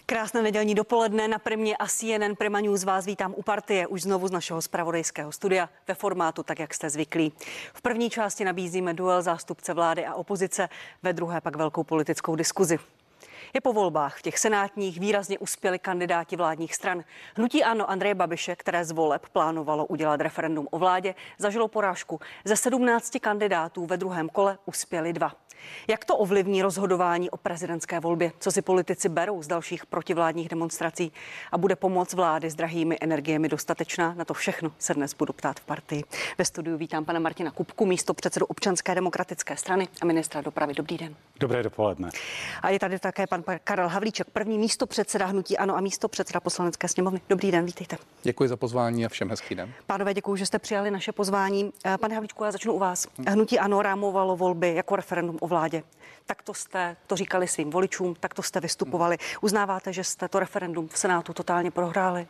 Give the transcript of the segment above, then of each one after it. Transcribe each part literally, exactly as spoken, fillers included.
Krásné nedělní dopoledne na Primě a C N N Prima News vás vítám u partie už znovu z našeho zpravodajského studia ve formátu tak, jak jste zvyklí. V první části nabízíme duel zástupce vlády a opozice, ve druhé pak velkou politickou diskuzi. Je po volbách, v těch senátních výrazně uspěli kandidáti vládních stran. Hnutí ANO Andreje Babiše, které z voleb plánovalo udělat referendum o vládě, zažilo porážku. Ze sedmnácti kandidátů ve druhém kole uspěli dva. Jak to ovlivní rozhodování o prezidentské volbě? Co si politici berou z dalších protivládních demonstrací? A bude pomoc vlády s drahými energiemi dostatečná? Na to všechno se dnes budu ptát v partii. Ve studiu vítám pana Martina Kupku, místopředsedu Občanské demokratické strany a ministra dopravy. Dobrý den. Dobré dopoledne. A je tady také pan Karel Havlíček, první místopředseda Hnutí ANO a místopředseda Poslanecké sněmovny. Dobrý den, vítejte. Děkuji za pozvání a všem hezký den. Pánové, děkuji, že jste přijali naše pozvání. Pane Havlíčku, já začnu u vás. Hnutí ANO rámovalo volby jako referendum o vládě. Tak to jste to říkali svým voličům, tak to jste vystupovali. Uznáváte, že jste to referendum v Senátu totálně prohráli?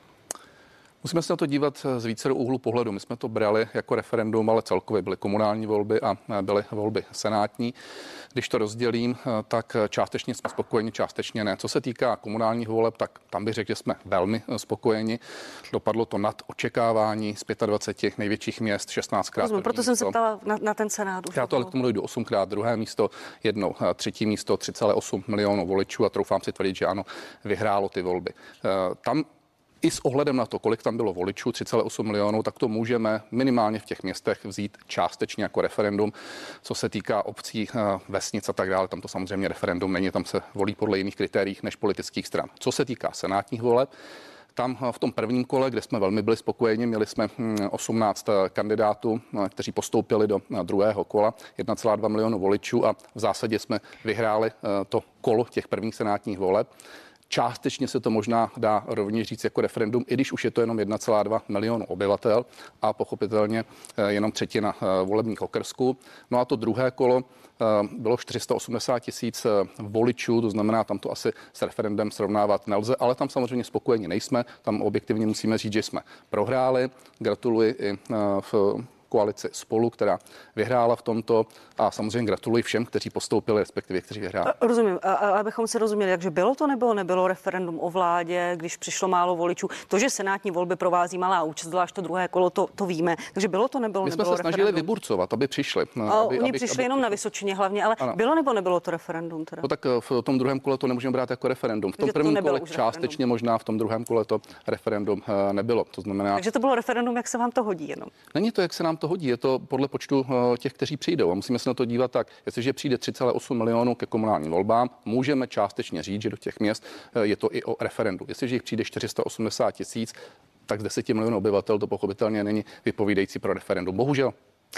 Musíme se na to dívat z více úhlu pohledu. My jsme to brali jako referendum, ale celkově byly komunální volby a byly volby senátní. Když to rozdělím, tak částečně jsme spokojeni, částečně ne. Co se týká komunálních voleb, tak tam bych řekl, že jsme velmi spokojeni. Dopadlo to nad očekávání z dvaceti pěti největších měst, šestnáctkrát. Rozumím, proto jsem se ptala na, na ten Senát. Já to ale k tomu dojdu osmkrát, druhé místo, jedno, třetí místo, tři celé osm milionů voličů a troufám si tvrdit, že ano, vyhrálo ty volby. Tam i s ohledem na to, kolik tam bylo voličů, tři celé osm milionů, tak to můžeme minimálně v těch městech vzít částečně jako referendum. Co se týká obcí, vesnic a tak dále, tam to samozřejmě referendum není, tam se volí podle jiných kritérií než politických stran. Co se týká senátních voleb, tam v tom prvním kole, kde jsme velmi byli spokojeni, měli jsme osmnáct kandidátů, kteří postoupili do druhého kola, jedna celá dva milionu voličů a v zásadě jsme vyhráli to kolo těch prvních senátních voleb. Částečně se to možná dá rovněž říct jako referendum, i když už je to jenom jedna celá dva milionu obyvatel a pochopitelně jenom třetina volebních okrsků. No a to druhé kolo bylo čtyři sta osmdesát tisíc voličů, to znamená, tam to asi s referendem srovnávat nelze, ale tam samozřejmě spokojeni nejsme, tam objektivně musíme říct, že jsme prohráli. Gratuluji i v koalici Spolu, která vyhrála v tomto a samozřejmě gratuluji všem, kteří postoupili, respektive kteří vyhráli. Rozumím, a, a abychom se rozuměli, takže bylo to nebo nebylo referendum o vládě, když přišlo málo voličů. To, že senátní volby provází malá účast, zvlášť to druhé kolo, to, to víme. Takže bylo to nebylo, My jsme nebylo se snažili referendum. vyburcovat, aby přišli. A aby, oni aby, přišli aby, jenom na Vysočině hlavně, ale ano. Bylo nebo nebylo to referendum teda? No tak v tom druhém kole to nemůžeme brát jako referendum. V tom Takže prvním to kole částečně referendum. Možná, v tom druhém kole to referendum nebylo. To znamená. Takže to bylo referendum, jak se vám to hodí jenom. Není to, jak se nám to hodí, je to podle počtu těch, kteří přijdou. A musíme se na to dívat tak, jestliže přijde tři celé osm milionů ke komunálním volbám, můžeme částečně říct, že do těch měst je to i o referendu. Jestliže jich přijde čtyři sta osmdesát tisíc, tak z deseti milionů obyvatel to pochopitelně není vypovídající pro referendum. Bohužel.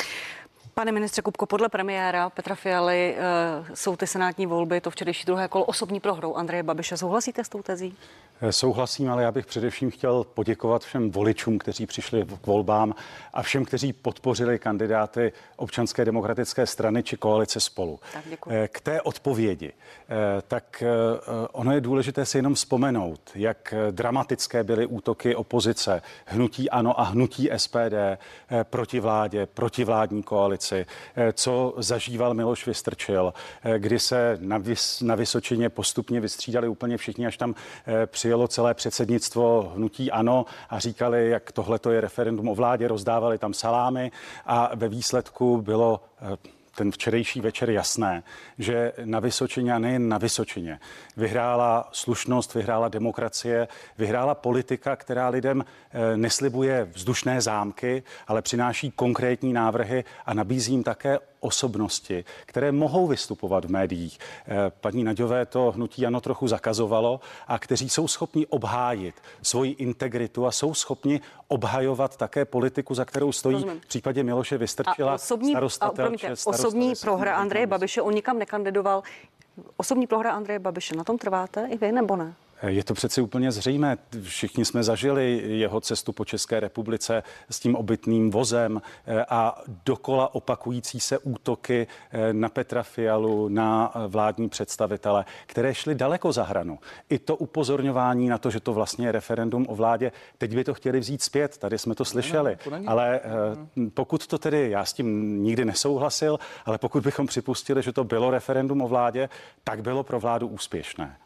Pane ministře Kupko, podle premiéra Petra Fialy e, jsou ty senátní volby, to včerejší druhé kolo, osobní prohrou Andreje Babiše. Souhlasíte s tou tezí? Souhlasím, ale já bych především chtěl poděkovat všem voličům, kteří přišli k volbám a všem, kteří podpořili kandidáty Občanské demokratické strany či koalice Spolu. Tak, děkuji. K té odpovědi. Tak ono je důležité si jenom vzpomenout, jak dramatické byly útoky opozice, hnutí ANO a hnutí S P D proti vládě, proti vládní koalici, co zažíval Miloš Vystrčil, kdy se na, Vys- na Vysočině postupně vystřídali úplně všichni, až tam přijelo celé předsednictvo hnutí ANO a říkali, jak tohleto je referendum o vládě, rozdávali tam salámy a ve výsledku bylo ten včerejší večer jasné, že na Vysočině a nejen na Vysočině vyhrála slušnost, vyhrála demokracie, vyhrála politika, která lidem neslibuje vzdušné zámky, ale přináší konkrétní návrhy a nabízí jim také osobnosti, které mohou vystupovat v médiích. Paní Naďové to hnutí ANO trochu zakazovalo a kteří jsou schopni obhájit svoji integritu a jsou schopni obhajovat také politiku, za kterou stojí. Rozumím. V případě Miloše Vystrčila starosta Telče, osobní prohra Andreje Babiše, on nikam nekandidoval. Osobní prohra Andreje Babiše, na tom trváte i vy nebo ne? Je to přeci úplně zřejmé. Všichni jsme zažili jeho cestu po České republice s tím obytným vozem a dokola opakující se útoky na Petra Fialu, na vládní představitele, které šly daleko za hranu. I to upozorňování na to, že to vlastně je referendum o vládě, teď by to chtěli vzít zpět, tady jsme to slyšeli. Ale pokud to tedy, já s tím nikdy nesouhlasil, ale pokud bychom připustili, že to bylo referendum o vládě, tak bylo pro vládu úspěšné.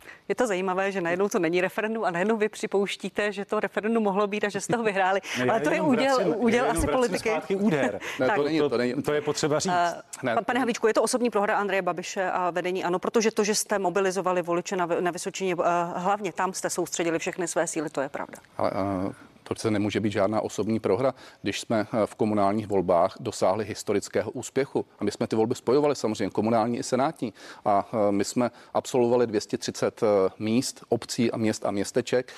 Je to zajímavé, že najednou to není referendum a najednou vy připouštíte, že to referendum mohlo být a že jste ho vyhráli. Ne, ale to je úděl, vracím, úděl asi politiky. Úder. Ne, Tak. to, není, to, není. To je potřeba říct. Uh, ne. Pane Havlíčku, je to osobní prohra Andreje Babiše a vedení ANO, protože to, že jste mobilizovali voliče na, na Vysočině, uh, hlavně tam jste soustředili všechny své síly, to je pravda. Ale, uh... To se nemůže být žádná osobní prohra, když jsme v komunálních volbách dosáhli historického úspěchu. A my jsme ty volby spojovali samozřejmě, komunální i senátní. A my jsme absolvovali dvě stě třicet míst, obcí a měst a městeček,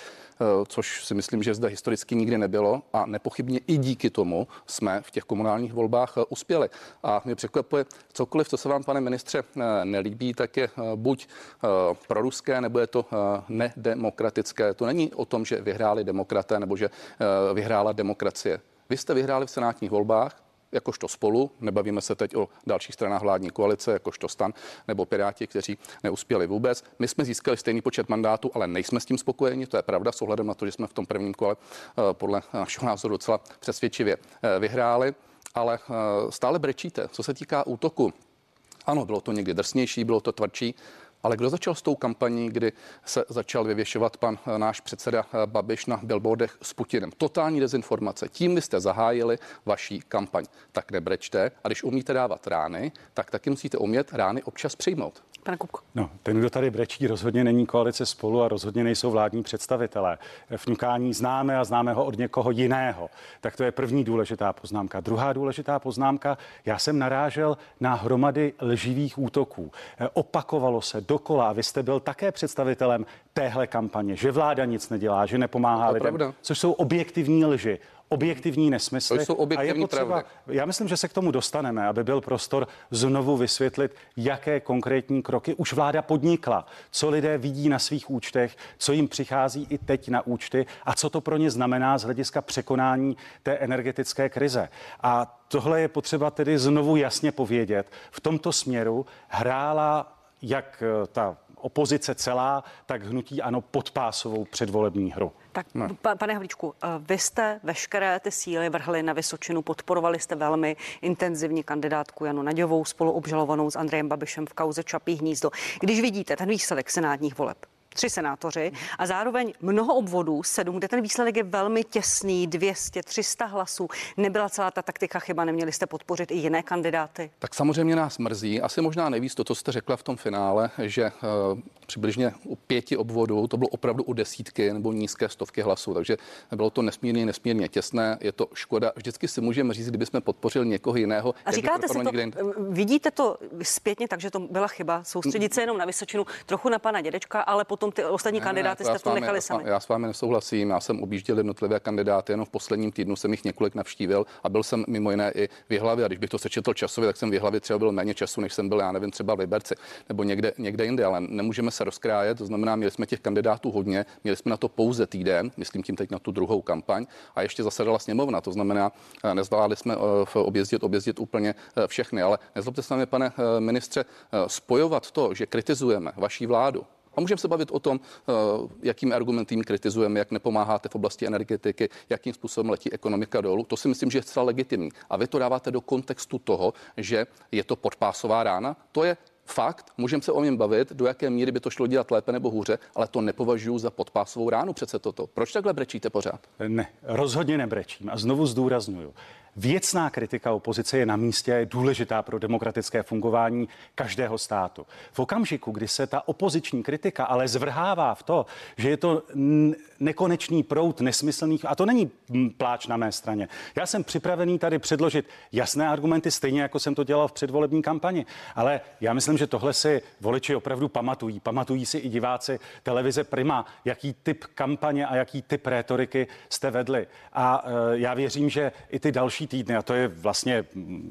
což si myslím, že zde historicky nikdy nebylo a nepochybně i díky tomu jsme v těch komunálních volbách uspěli. A mě překvapuje, cokoliv, co se vám, pane ministře, nelíbí, tak je buď proruské, nebo je to nedemokratické. To není o tom, že vyhráli demokraté nebo že vyhrála demokracie. Vy jste vyhráli v senátních volbách, jakožto Spolu, nebavíme se teď o dalších stranách vládní koalice, jakožto STAN nebo Piráti, kteří neuspěli vůbec. My jsme získali stejný počet mandátů, ale nejsme s tím spokojeni, to je pravda, s ohledem na to, že jsme v tom prvním kole podle našeho názoru docela přesvědčivě vyhráli, ale stále brečíte. Co se týká útoku, ano, bylo to někdy drsnější, bylo to tvrdší, ale kdo začal s tou kampaní, kdy se začal vyvěšovat pan náš předseda Babiš na billboardech s Putinem? Totální dezinformace. Tím vy jste zahájili vaší kampaň. Tak nebrečte a když umíte dávat rány, tak taky musíte umět rány občas přijmout. Pane Kupko. No, ten, kdo tady brečí, rozhodně není koalice Spolu a rozhodně nejsou vládní představitelé. Fňukání známe a známe ho od někoho jiného. Tak to je první důležitá poznámka. Druhá důležitá poznámka, já jsem narážel na hromady lživých útoků. Opakovalo se dokola, a vy jste byl také představitelem téhle kampaně, že vláda nic nedělá, že nepomáhá lidem, pravda. Což jsou objektivní lži. Objektivní nesmysly. To jsou objektivní a je potřeba, pravdy. já myslím, že se k tomu dostaneme, aby byl prostor znovu vysvětlit, jaké konkrétní kroky už vláda podnikla, co lidé vidí na svých účtech, co jim přichází i teď na účty a co to pro ně znamená z hlediska překonání té energetické krize. A tohle je potřeba tedy znovu jasně povědět. V tomto směru hrála jak ta opozice celá, tak hnutí ANO podpásovou předvolební hru. Tak, pa, pane Havlíčku, vy jste veškeré ty síly vrhli na Vysočinu, podporovali jste velmi intenzivní kandidátku Janu Naďovou, spoluobžalovanou s Andrejem Babišem v kauze Čapí hnízdo. Když vidíte ten výsledek senátních voleb, tři senátoři a zároveň mnoho obvodů, sedm, kde ten výsledek je velmi těsný, dvě stě, tři sta hlasů. Nebyla celá ta taktika chyba, neměli jste podpořit i jiné kandidáty? Tak samozřejmě nás mrzí. Asi možná nejvíc to, co jste řekla v tom finále, že uh, přibližně u pěti obvodů to bylo opravdu u desítky nebo nízké stovky hlasů, takže bylo to nesmírně, nesmírně těsné. Je to škoda. Vždycky si můžeme říct, kdybychom podpořili někoho jiného. A říkáte si to, vidíte to zpětně tak, že to byla chyba, soustředit se jenom na Vysočinu, trochu na pana Dědečka, ale potom ty ostatní ne, kandidáty ne, jste v tom nechali sami. Já s vámi nesouhlasím, já jsem objížděl jednotlivé kandidáty, jenom v posledním týdnu jsem jich několik navštívil a byl jsem mimo jiné i v Jihlavě. A když bych to sečetl časově, tak jsem v Jihlavě třeba byl méně času, než jsem byl, já nevím, třeba v Liberci nebo někde, někde jinde, ale nemůžeme se rozkrájet. To znamená, měli jsme těch kandidátů hodně, měli jsme na to pouze týden, myslím tím teď na tu druhou kampaň a ještě zasedala sněmovna. To znamená, nezvládli jsme objezdit, objezdit úplně všechny, ale nezlobte se na mě, pane ministře, spojovat to, že kritizujeme vaší vládu. A můžeme se bavit o tom, jakým argumentím kritizujeme, jak nepomáháte v oblasti energetiky, jakým způsobem letí ekonomika dolů. To si myslím, že je zcela legitimní. A vy to dáváte do kontextu toho, že je to podpásová rána. To je fakt, můžeme se o něm bavit, do jaké míry by to šlo dělat lépe nebo hůře, ale to nepovažuji za podpásovou ránu přece toto. Proč takhle brečíte pořád? Ne, rozhodně nebrečím a znovu zdůraznuju. Věcná kritika opozice je na místě, je důležitá pro demokratické fungování každého státu. V okamžiku, kdy se ta opoziční kritika ale zvrhává v to, že je to nekonečný proud nesmyslných, a to není pláč na mé straně. Já jsem připravený tady předložit jasné argumenty, stejně jako jsem to dělal v předvolební kampani, ale já myslím, že tohle si voliči opravdu pamatují. Pamatují si i diváci televize Prima, jaký typ kampaně a jaký typ rétoriky jste vedli. A e, já věřím, že i ty další týdny, a to je vlastně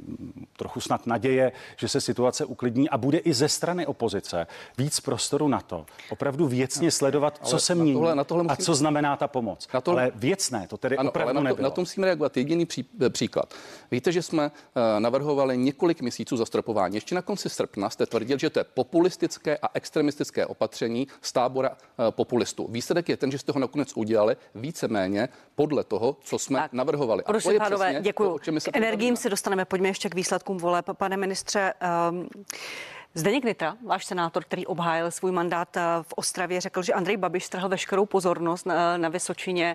trochu snad naděje, že se situace uklidní a bude i ze strany opozice víc prostoru na to, opravdu věcně sledovat, co se mění na tohle musím... a co znamená ta pomoc. Tohle... Ale věcné to tedy ano, opravdu ale na to, nebylo. Na tom musíme reagovat. Jediný pří, příklad. Víte, že jsme uh, navrhovali několik měsíců zastropování. Ještě na konci srpna jste tvrdil, že to je populistické a extremistické opatření z tábora uh, populistů. Výsledek je ten, že jste ho nakonec udělali víceméně podle toho, co jsme tak navrhovali. A prosím, pánové, děkuji. To, K energiím se dostaneme. Pojďme ještě k výsledkům voleb. Pane ministře, um, Zdeněk Nytra, váš senátor, který obhájil svůj mandát v Ostravě, řekl, že Andrej Babiš strhl veškerou pozornost na, na Vysočině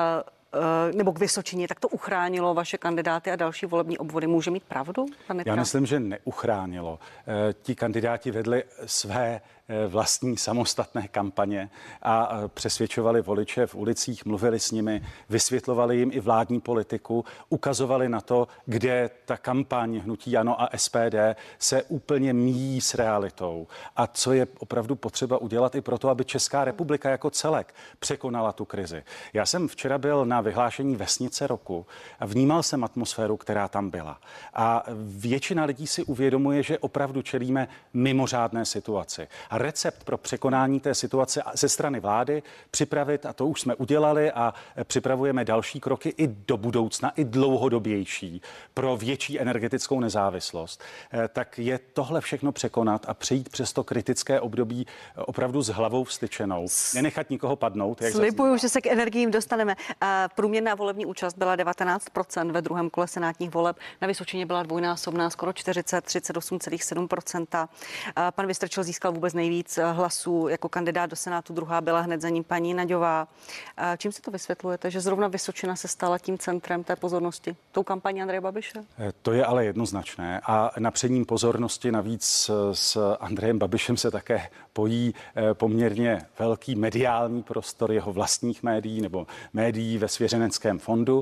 nebo k Vysočině, tak to uchránilo vaše kandidáty a další volební obvody. Může mít pravdu, pane Nytra? Já myslím, že neuchránilo. Ti kandidáti vedli své vlastní samostatné kampaně a přesvědčovali voliče v ulicích, mluvili s nimi, vysvětlovali jim i vládní politiku, ukazovali na to, kde ta kampaň hnutí ANO a S P D se úplně míjí s realitou a co je opravdu potřeba udělat i proto, aby Česká republika jako celek překonala tu krizi. Já jsem včera byl na vyhlášení Vesnice roku a vnímal jsem atmosféru, která tam byla. A většina lidí si uvědomuje, že opravdu čelíme mimořádné situaci. A recept pro překonání té situace ze strany vlády připravit, a to už jsme udělali a připravujeme další kroky i do budoucna, i dlouhodobější pro větší energetickou nezávislost, tak je tohle všechno překonat a přejít přes to kritické období opravdu s hlavou vstyčenou. Nenechat nikoho padnout. Jak Slibuju, že se k energiím dostaneme. Průměrná volební účast byla devatenáct procent ve druhém kole senátních voleb. Na Vysočině byla dvojnásobná, skoro čtyřicet, třicet osm celá sedm procenta. Pan Vystrčil získal vůbec nejvíc hlasů jako kandidát do Senátu, druhá byla hned za ním paní Naďová. Čím si to vysvětlujete, že zrovna Vysočina se stala tím centrem té pozornosti? Tou kampaní Andreje Babiše? To je ale jednoznačné a napředním pozornosti navíc s Andrejem Babišem se také pojí poměrně velký mediální prostor jeho vlastních médií nebo médií ve svěřeneckém fondu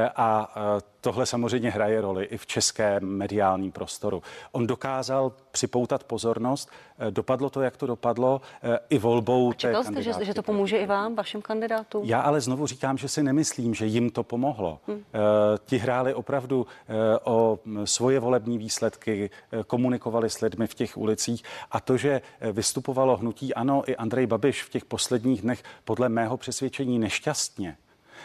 a tohle samozřejmě hraje roli i v českém mediálním prostoru. On dokázal připoutat pozornost, dopadlo to, jak to dopadlo, i volbou té Čekal jste, že, že to pomůže i vám, vašim kandidátům? Já ale znovu říkám, že si nemyslím, že jim to pomohlo. Hmm. Ti hráli opravdu o svoje volební výsledky, komunikovali s lidmi v těch ulicích a to, že vystupovalo hnutí ANO i Andrej Babiš v těch posledních dnech podle mého přesvědčení nešťastně.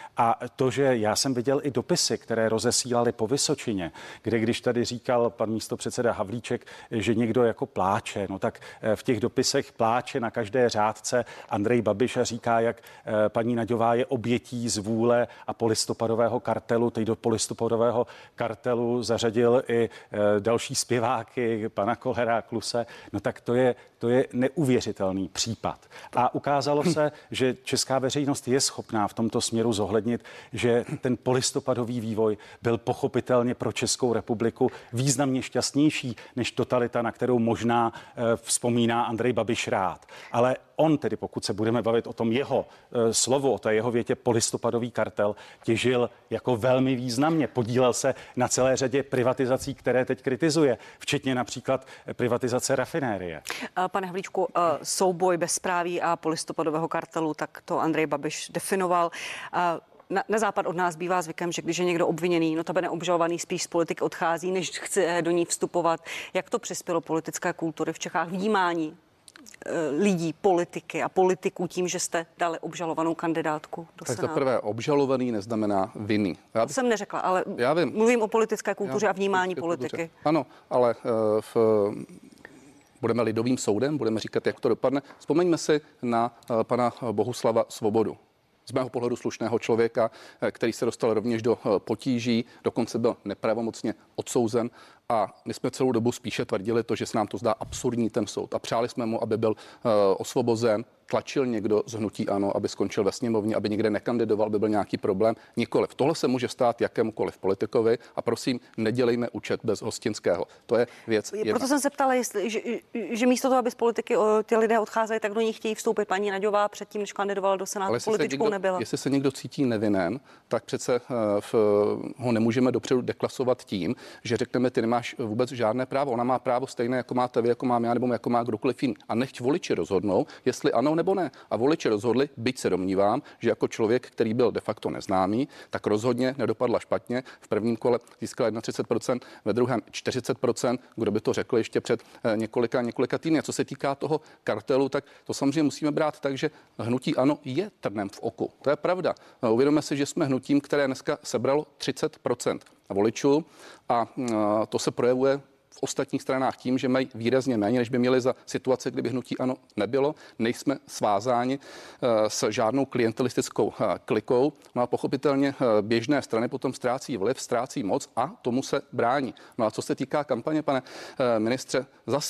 A to, že já jsem viděl i dopisy, které rozesílali po Vysočině, kde když tady říkal pan místopředseda Havlíček, že někdo jako pláče, no tak v těch dopisech pláče na každé řádce Andrej Babiš a říká, jak paní Naďová je obětí zvůle a polistopadového kartelu. Teď do polistopadového kartelu zařadil i další zpěváky, pana Kollera, Kluse. No tak to je, to je neuvěřitelný případ. A ukázalo se, že česká veřejnost je schopná v tomto směru zohlednit, že ten polistopadový vývoj byl pochopitelně pro Českou republiku významně šťastnější než totalita, na kterou možná e, vzpomíná Andrej Babiš rád. Ale on tedy, pokud se budeme bavit o tom jeho e, slovu, o té jeho větě polistopadový kartel, těžil jako velmi významně. Podílel se na celé řadě privatizací, které teď kritizuje, včetně například privatizace rafinérie. Pane Havlíčku, souboj bezpráví a polistopadového kartelu, tak to Andrej Babiš definoval. Na, na západ od nás bývá zvykem, že když je někdo obviněný, notabene obžalovaný, spíš z politik odchází, než chce do ní vstupovat. Jak to přispělo politické kultury v Čechách, vnímání e, lidí, politiky a politiků tím, že jste dali obžalovanou kandidátku do tak Senátu? Tak zaprvé obžalovaný neznamená vinný. Já bych... To jsem neřekla, ale já vím. mluvím o politické kultuře já, a vnímání politiky. Kultuře. Ano, ale uh, v... budeme lidovým soudem, budeme říkat, jak to dopadne. Vzpomeňme si na uh, pana Bohuslava Svobodu. Z mého pohledu slušného člověka, který se dostal rovněž do potíží, dokonce byl nepravomocně odsouzen a my jsme celou dobu spíše tvrdili to, že se nám to zdá absurdní ten soud a přáli jsme mu, aby byl uh, osvobozen. Tlačil někdo z hnutí ANO, aby skončil ve sněmovně, aby někde nekandidoval, aby byl nějaký problém. Nikoliv. Tohle se může stát jakémukoliv politikovi a prosím, nedělejme účet bez hostinského. To je věc jedna. Proto jsem se ptala, jestli, že, že místo toho, aby z politiky ty lidé odcházeli, tak do ní chtějí vstoupit. Paní Naďová předtím, než kandidovala do Senátu, političkou někdo, nebyla. Jestli se někdo cítí nevinen, tak přece v, ho nemůžeme dopředu deklasovat tím, že řekneme, ty nemáš vůbec žádné právo. Ona má právo stejné, jako máte vy, jako mám já, nebo jako má kdokoliv jiný. A nechť voliči rozhodnou, jestli ano nebo ne. A voliči rozhodli, byť se domnívám, že jako člověk, který byl de facto neznámý, tak rozhodně nedopadla špatně. V prvním kole získala třicet jedna procent, ve druhém čtyřicet procent. Kdo by to řekl ještě před několika, několika týdny. A co se týká toho kartelu, tak to samozřejmě musíme brát tak, že hnutí ANO je trnem v oku. To je pravda. Uvědomme si, že jsme hnutím, které dneska sebralo třicet procent voličů a to se projevuje v ostatních stranách tím, že mají výrazně méně, než by měli za situace, kdyby hnutí ANO nebylo. Nejsme svázáni s žádnou klientelistickou klikou. No a pochopitelně běžné strany potom ztrácí vliv, ztrácí moc a tomu se brání. No a co se týká kampaně, pane ministře, zase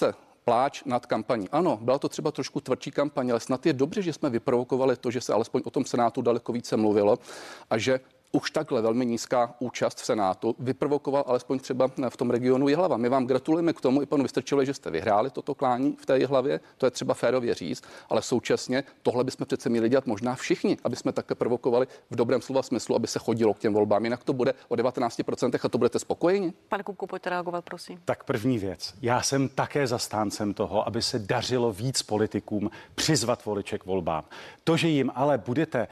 pláč nad kampaní. Ano, byla to třeba trošku tvrdší kampaň, ale snad je dobře, že jsme vyprovokovali to, že se alespoň o tom Senátu daleko více mluvilo a že už takhle velmi nízká účast v Senátu vyprovokoval alespoň třeba v tom regionu Jihlava. My vám gratulujeme k tomu i panu Vystrčilovi, že jste vyhráli toto klání v té Jihlavě, to je třeba férově říct, ale současně tohle bychom přece měli dělat možná všichni, aby jsme také provokovali v dobrém slova smyslu, aby se chodilo k těm volbám. Jinak to bude o devatenáct procent a to budete spokojeni. Pane Kupku, pojďte reagovat, prosím. Tak první věc. Já jsem také zastáncem toho, aby se dařilo víc politikům přizvat voliče k volbám. To, že jim ale budete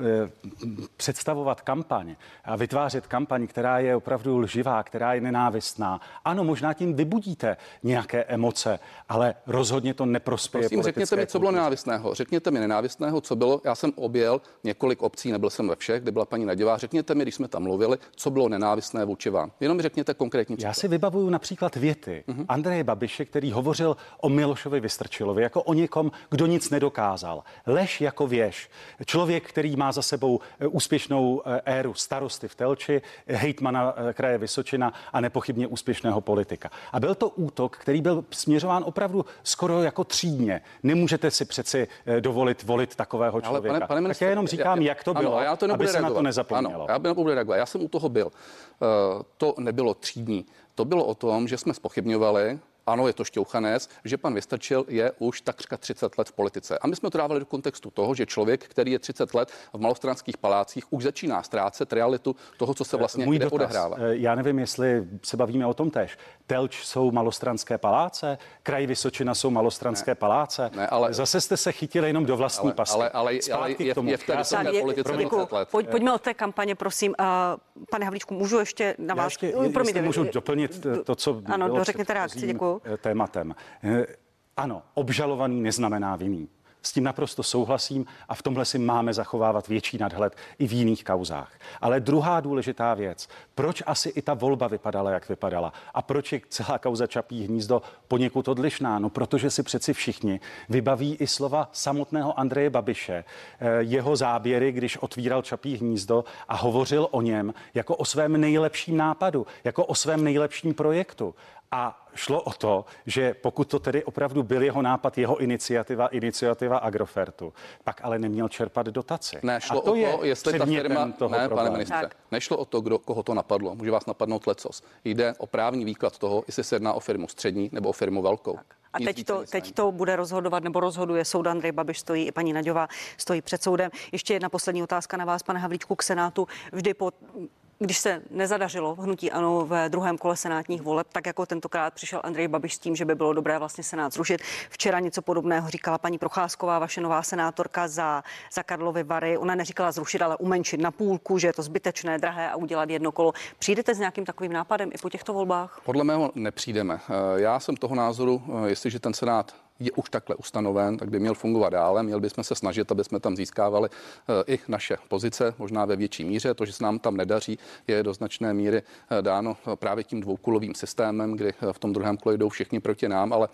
představovat kampaň a vytvářet kampaň, která je opravdu lživá, která je nenávistná. Ano, možná tím vybudíte nějaké emoce, ale rozhodně to neprospěje. Prosím, řekněte mi, co bylo nenávistného. Řekněte mi nenávistného, co bylo. Já jsem objel několik obcí, nebyl jsem ve všech, kde byla paní Naďová. Řekněte mi, když jsme tam mluvili, co bylo nenávistné vůči vám. Jenom mi řekněte konkrétní příklad. Já si vybavuju například věty uh-huh. Andreje Babiše, který hovořil o Milošovi Vystrčilovi jako o někom, kdo nic nedokázal. Lež jako věž. Člověk, který má za sebou úspěšnou éru starosty v Telči, hejtmana kraje Vysočina a nepochybně úspěšného politika. A byl to útok, který byl směřován opravdu skoro jako třídně. Nemůžete si přeci dovolit volit takového člověka. Ale pane, pane ministře, tak já jenom říkám, já, jak to bylo, ano, já to aby se reagovat. Na to nezapomnělo. Ano, já by nebudu reagovat. Já jsem u toho byl. Uh, to nebylo třídní. To bylo o tom, že jsme zpochybňovali, ano, je to šťouchanec, že pan Vystrčil je už takřka třicet let v politice. A my jsme to dávali do kontextu toho, že člověk, který je třicet let v malostranských palácích, už začíná ztrácet realitu toho, co se vlastně Můj kde dotaz, odehrává. Já nevím, jestli se bavíme o tom též. Telč jsou malostranské paláce, kraj Vysočina jsou malostranské ne, paláce. Ne, ale zase jste se chytili jenom do vlastní pasy. Ale, ale, ale je, je v té vysoké politice třicet let. Pojď, pojďme od té kampaně, prosím. Uh, pane Havlíčku, můžu ještě na vás... Já ještě, jestli můžu doplnit to, co ano, bylo dořekněte reakci, děkuju. Tématem. Ano, obžalovaný neznamená vinný. S tím naprosto souhlasím a v tomhle si máme zachovávat větší nadhled i v jiných kauzách. Ale druhá důležitá věc, proč asi i ta volba vypadala, jak vypadala a proč je celá kauza Čapí hnízdo poněkud odlišná? No, protože si přeci všichni vybaví i slova samotného Andreje Babiše, jeho záběry, když otvíral Čapí hnízdo a hovořil o něm jako o svém nejlepším nápadu, jako o svém nejlepším projektu. A šlo o to, že pokud to tedy opravdu byl jeho nápad, jeho iniciativa, iniciativa Agrofertu, pak ale neměl čerpat dotaci. Nešlo o to, jestli ta firma, ne, pane ministře, tak. Nešlo o to, kdo, koho to napadlo. Může vás napadnout lecos. Jde o právní výklad toho, jestli se jedná o firmu střední nebo o firmu velkou. Tak. A teď to, teď to bude rozhodovat, nebo rozhoduje soud. Andrej Babiš stojí, i paní Naďová stojí před soudem. Ještě jedna poslední otázka na vás, pane Havlíčku, k Senátu. Vždy po Když se nezadařilo hnutí ANO ve druhém kole senátních voleb, tak jako tentokrát přišel Andrej Babiš s tím, že by bylo dobré vlastně Senát zrušit. Včera něco podobného říkala paní Procházková, vaše nová senátorka za, za Karlovy Vary. Ona neříkala zrušit, ale umenšit na půlku, že je to zbytečné, drahé a udělat jedno kolo. Přijdete s nějakým takovým nápadem i po těchto volbách? Podle mého nepřijdeme. Já jsem toho názoru, jestliže ten Senát je už takhle ustanoven, tak by měl fungovat dále. Měl bychom se snažit, aby jsme tam získávali i naše pozice, možná ve větší míře. To, že se nám tam nedaří, je do značné míry dáno právě tím dvoukolovým systémem, kdy v tom druhém kole jdou všichni proti nám, ale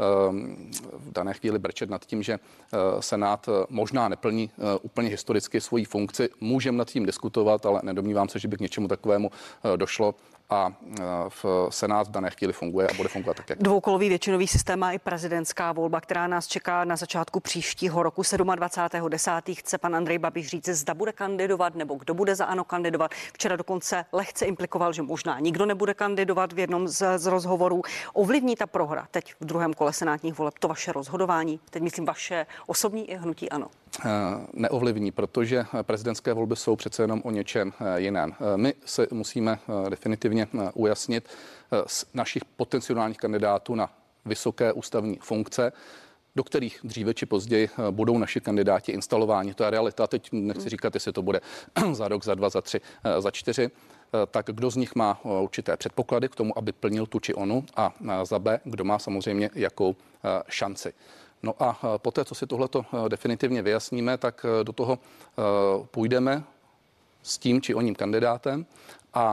v dané chvíli brečet nad tím, že Senát možná neplní úplně historicky svoji funkci. Můžeme nad tím diskutovat, ale nedomnívám se, že by k něčemu takovému došlo. A v Senát v dané chvíli funguje a bude fungovat tak, jak. Dvoukolový většinový systém má i prezidentská volba, která nás čeká na začátku příštího roku dvacátého sedmého desátého Chce pan Andrej Babiš říct, zda bude kandidovat nebo kdo bude za ANO kandidovat. Včera dokonce lehce implikoval, že možná nikdo nebude kandidovat v jednom z, z rozhovorů. Ovlivní ta prohra teď v druhém kole senátních voleb to vaše rozhodování? Teď myslím vaše osobní i hnutí ANO. Neovlivní, protože prezidentské volby jsou přece jenom o něčem jiném. My se musíme definitivně ujasnit z našich potenciálních kandidátů na vysoké ústavní funkce, do kterých dříve či později budou naši kandidáti instalováni. To je realita. Teď nechci říkat, jestli to bude za rok, za dva, za tři, za čtyři. Tak kdo z nich má určité předpoklady k tomu, aby plnil tu či onu, a za B, kdo má samozřejmě jakou šanci. No a poté, co si tohleto definitivně vyjasníme, tak do toho půjdeme s tím či oním kandidátem a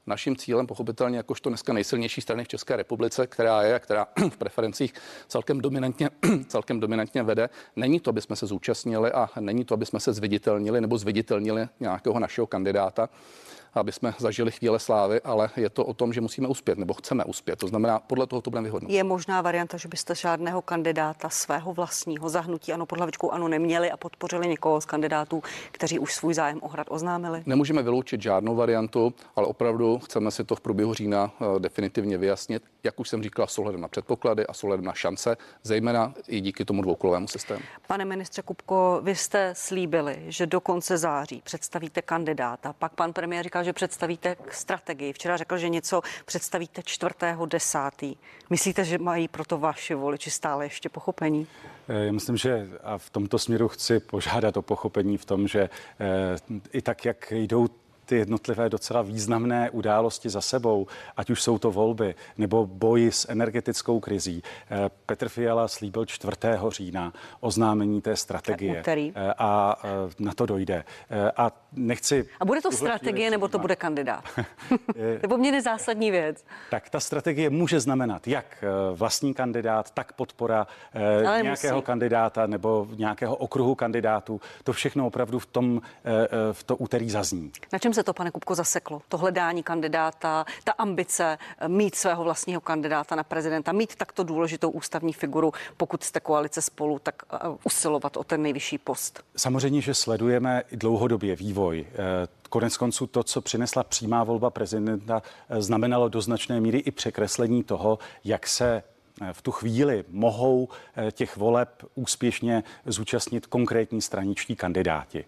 naším cílem pochopitelně jakožto dneska nejsilnější strany v České republice, která je, která v preferencích celkem dominantně, celkem dominantně vede, není to, aby jsme se zúčastnili a není to, aby jsme se zviditelnili nebo zviditelnili nějakého našeho kandidáta, aby jsme zažili chvíle slávy, ale je to o tom, že musíme uspět nebo chceme uspět. To znamená, podle toho to budeme vyhodnotit. Je možná varianta, že byste žádného kandidáta svého vlastního zahnutí ANO pod hlavičkou ANO neměli a podpořili někoho z kandidátů, kteří už svůj zájem o Hrad oznámili? Nemůžeme vyloučit žádnou variantu, ale opravdu chceme si to v průběhu října definitivně vyjasnit, jak už jsem říkala, s ohledem na předpoklady a s ohledem na šance, zejména i díky tomu dvoukolovému systému. Pane ministře Kupko, vy jste slíbili, že do konce září představíte kandidáta. Pak pan premiér říkal, že představíte strategii. Včera řekl, že něco představíte čtvrtého desátého Myslíte, že mají proto vaši voliči stále ještě pochopení? Já myslím, že a v tomto směru chci požádat o pochopení v tom, že i tak, jak jdou ty jednotlivé docela významné události za sebou, ať už jsou to volby nebo boj s energetickou krizí. Petr Fiala slíbil čtvrtého října oznámení té strategie a na to dojde. A nechci... A bude to strategie nebo to bude kandidát? Nebo mě zásadní věc. Tak ta strategie může znamenat jak vlastní kandidát, tak podpora Ale nějakého musí. kandidáta nebo nějakého okruhu kandidátů. To všechno opravdu v tom v to úterý zazní. Na čem se to, pane Kupko, zaseklo? To hledání kandidáta, ta ambice mít svého vlastního kandidáta na prezidenta, mít takto důležitou ústavní figuru, pokud jste koalice Spolu, tak usilovat o ten nejvyšší post. Samozřejmě, že sledujeme dlouhodobě vývoj. Konec konců to, co přinesla přímá volba prezidenta, znamenalo do značné míry i překreslení toho, jak se v tu chvíli mohou těch voleb úspěšně zúčastnit konkrétní straničtí kandidáti.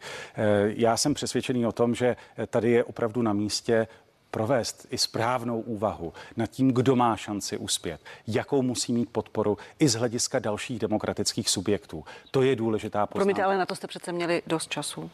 Já jsem přesvědčený o tom, že tady je opravdu na místě provést i správnou úvahu nad tím, kdo má šanci uspět, jakou musí mít podporu i z hlediska dalších demokratických subjektů. To je důležitá poznámka. Promiňte, ale na to jste přece měli dost času.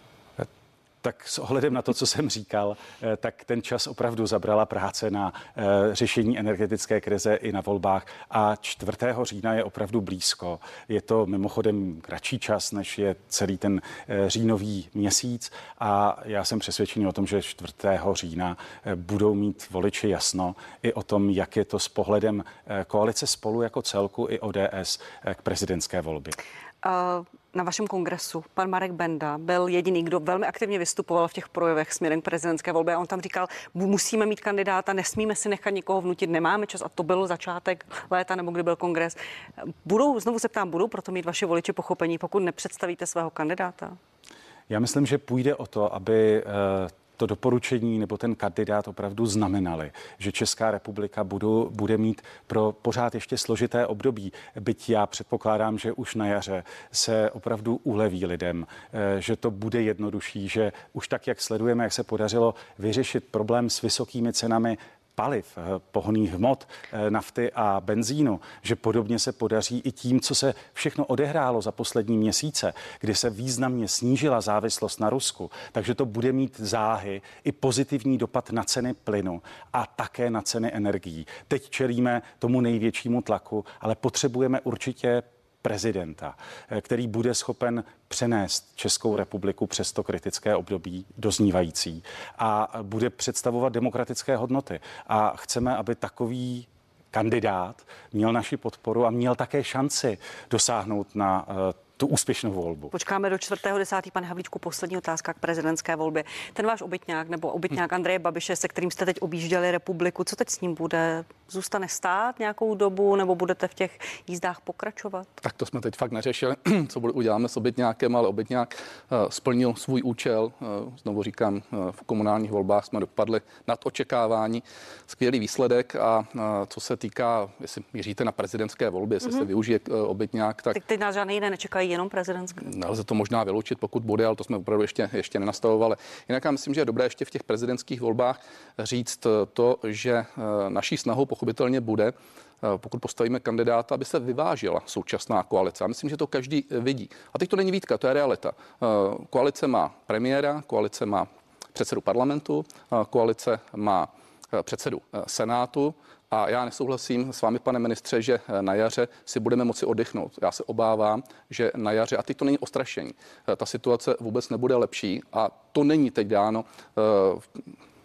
Tak s ohledem na to, co jsem říkal, tak ten čas opravdu zabrala práce na řešení energetické krize i na volbách a čtvrtého října je opravdu blízko. Je to mimochodem kratší čas, než je celý ten říjnový měsíc a já jsem přesvědčený o tom, že čtvrtého října budou mít voliči jasno i o tom, jak je to s pohledem koalice Spolu jako celku i O D S k prezidentské volbě. Uh... Na vašem kongresu pan Marek Benda byl jediný, kdo velmi aktivně vystupoval v těch projevech směrem k prezidentské volbě a on tam říkal, musíme mít kandidáta, nesmíme si nechat někoho vnutit, nemáme čas a to byl začátek léta nebo kdy byl kongres. Budou, znovu se ptám, budou proto mít vaši voliči pochopení, pokud nepředstavíte svého kandidáta? Já myslím, že půjde o to, aby to doporučení nebo ten kandidát opravdu znamenali, že Česká republika budu, bude mít pro pořád ještě složité období. Byť já předpokládám, že už na jaře se opravdu uleví lidem, že to bude jednodušší, že už tak, jak sledujeme, jak se podařilo vyřešit problém s vysokými cenami paliv, pohonných hmot, nafty a benzínu, že podobně se podaří i tím, co se všechno odehrálo za poslední měsíce, kdy se významně snížila závislost na Rusku, takže to bude mít záhy i pozitivní dopad na ceny plynu a také na ceny energií. Teď čelíme tomu největšímu tlaku, ale potřebujeme určitě prezidenta, který bude schopen přenést Českou republiku přes to kritické období doznívající a bude představovat demokratické hodnoty. A chceme, aby takový kandidát měl naši podporu a měl také šanci dosáhnout na tu úspěšnou volbu. Počkáme do čtvrtého desátého Pane Havlíčku, poslední otázka k prezidentské volbě. Ten váš obytňák nebo obytňák hmm. Andreje Babiše, se kterým jste teď objížděli republiku, co teď s ním bude? Zůstane stát nějakou dobu nebo budete v těch jízdách pokračovat? Tak to jsme teď fakt neřešili, co uděláme s obytňákem, ale obytňák uh, splnil svůj účel. Uh, znovu říkám, uh, v komunálních volbách jsme dopadli nad očekávání. Skvělý výsledek a uh, co se týká, jestli míříte na prezidentské volby, jestli mm-hmm. se využije uh, obytňák, tak... Teď, teď nás žádné jiné nečekají, jenom prezidentské. Nelze to možná vyloučit, pokud bude, ale to jsme opravdu ještě, ještě nenastavovali. Jinak já myslím, že je dobré ještě v těch prezidentských volbách říct to, že naší snahou pochopitelně bude, pokud postavíme kandidáta, aby se vyvážila současná koalice. A myslím, že to každý vidí. A teď to není výtka, to je realita. Koalice má premiéra, koalice má předsedu parlamentu, koalice má předsedu Senátu. A já nesouhlasím s vámi, pane ministře, že na jaře si budeme moci oddechnout. Já se obávám, že na jaře, a teď to není ostrašení, ta situace vůbec nebude lepší a to není teď dáno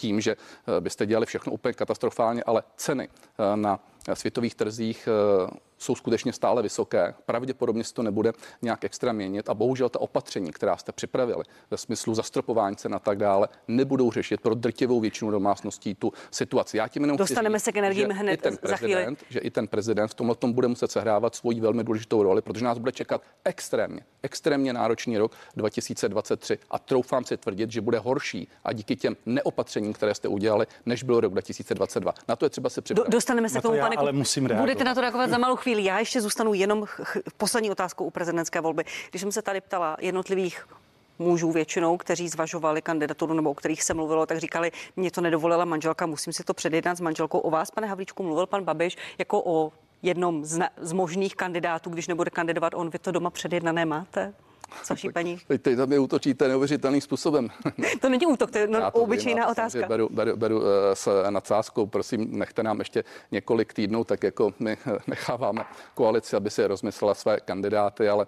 tím, že byste dělali všechno úplně katastrofálně, ale ceny na světových trzích jsou skutečně stále vysoké. Pravděpodobně se to nebude nějak extra měnit a bohužel ta opatření, která jste připravili ve smyslu zastropování cen a tak dále, nebudou řešit pro drtivou většinu domácností tu situaci. Já tím jenom Dostaneme chci říct, se k energiím že hned i ten za chvíli. Že i ten prezident v tomhle tom bude muset sehrávat svoji velmi důležitou roli, protože nás bude čekat extrémně, extrémně náročný rok dva tisíce dvacet tři a troufám si tvrdit, že bude horší a díky těm neopatřením, které jste udělali, než byl rok dva tisíce dvacet dva. Na to je třeba se připravit. Do, dostaneme se k tomu, pane. Ale musím reagovat. Budete na to reagovat za malou chvíli. Já ještě zůstanu jenom ch- poslední otázkou u prezidentské volby. Když jsem se tady ptala jednotlivých mužů většinou, kteří zvažovali kandidaturu nebo o kterých se mluvilo, tak říkali, mě to nedovolila manželka, musím si to předjednat s manželkou. O vás, pane Havlíčku, mluvil pan Babiš jako o jednom z, na- z možných kandidátů, když nebude kandidovat on. Vy to doma předjednané máte? Saší paní. Teď, teď tam je útočíte neuvěřitelným způsobem. To není útok, to je no, to obyčejná vím, otázka. Beru, beru, beru s nadsázkou. Prosím, nechte nám ještě několik týdnů, tak jako my necháváme koalici, aby si rozmyslela své kandidáty, ale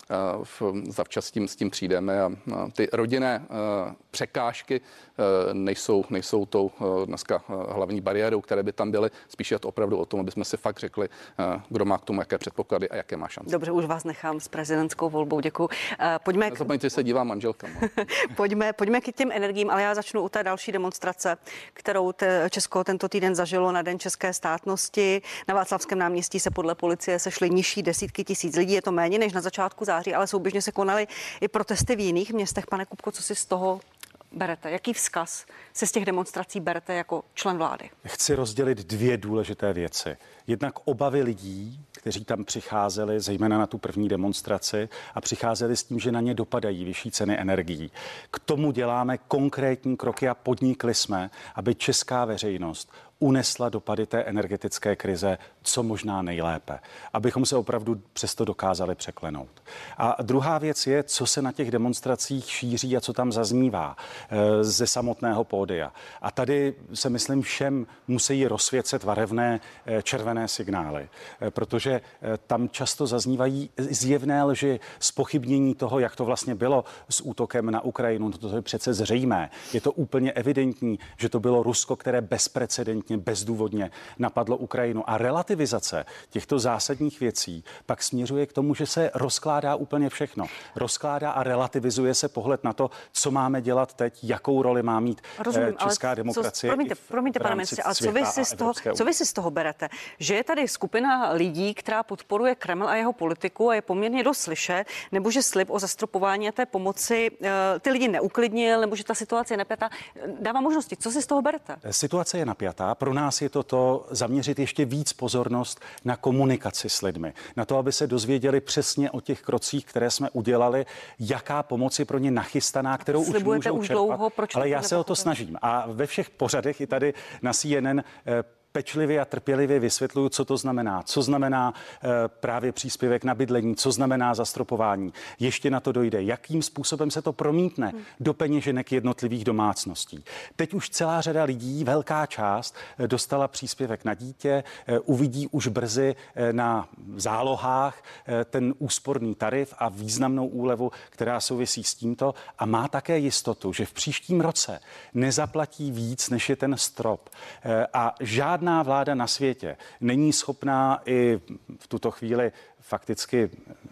v, zavčas s tím, s tím přijdeme a, a ty rodinné uh, překážky uh, nejsou, nejsou tou uh, dneska uh, hlavní bariérou, které by tam byly. Spíše je to opravdu o tom, aby jsme si fakt řekli, uh, kdo má k tomu jaké předpoklady a jaké má šance. Dobře, už vás nechám s prezidentskou volbou. Děkuji. Uh, pojďme k... Zapomeňte, se dívá manželka. pojďme, pojďme k těm energiím, ale já začnu u té další demonstrace, kterou te, Česko tento týden zažilo na Den české státnosti. Na Václavském náměstí se podle policie sešly nižší desítky tisíc lidí. Je to méně než na začátku září, ale souběžně se konaly i protesty v jiných městech. Pane Kupko, co si z toho berete? Jaký vzkaz se z těch demonstrací berete jako člen vlády? Chci rozdělit dvě důležité věci. Jednak obavy lidí, kteří tam přicházeli, zejména na tu první demonstraci, a přicházeli s tím, že na ně dopadají vyšší ceny energií. K tomu děláme konkrétní kroky a podnikli jsme, aby česká veřejnost unesla dopady té energetické krize co možná nejlépe, abychom se opravdu přesto dokázali překlenout. A druhá věc je, co se na těch demonstracích šíří a co tam zaznívá e, ze samotného pódia. A tady se myslím všem musí rozsvěcet varevné e, červené signály, e, protože e, tam často zaznívají zjevné lži, zpochybnění toho, jak to vlastně bylo s útokem na Ukrajinu. No to je přece zřejmé. Je to úplně evidentní, že to bylo Rusko, které bezprecedentně, bezdůvodně napadlo Ukrajinu. A relativizace těchto zásadních věcí pak směřuje k tomu, že se rozkládá úplně všechno. Rozkládá a relativizuje se pohled na to, co máme dělat teď, jakou roli má mít Rozumím, česká ale demokracie. Co, promiňte, promiňte pane ministře, a co vy, si z toho, co vy si z toho berete? Že je tady skupina lidí, která podporuje Kreml a jeho politiku a je poměrně dost slyšet, nebo že slib o zastropování a té pomoci ty lidi neuklidnil, nebo že ta situace je napjatá. Dává možnosti. Co si z toho berete? Situace je napjatá. Pro nás je to to zaměřit ještě víc pozornost na komunikaci s lidmi. Na to, aby se dozvěděli přesně o těch krocích, které jsme udělali, jaká pomoc je pro ně nachystaná, kterou už můžou už čerpat. Dlouho, proč ale já se o to snažím. A ve všech pořadech i tady na C N N pečlivě a trpělivě vysvětluju, co to znamená. Co znamená e, právě příspěvek na bydlení, co znamená zastropování. Ještě na to dojde, jakým způsobem se to promítne hmm. do peněženek jednotlivých domácností. Teď už celá řada lidí, velká část, dostala příspěvek na dítě, e, uvidí už brzy e, na zálohách e, ten úsporný tarif a významnou úlevu, která souvisí s tímto, a má také jistotu, že v příštím roce nezaplatí víc, než je ten strop. E, a žádná vláda na světě není schopná i v tuto chvíli fakticky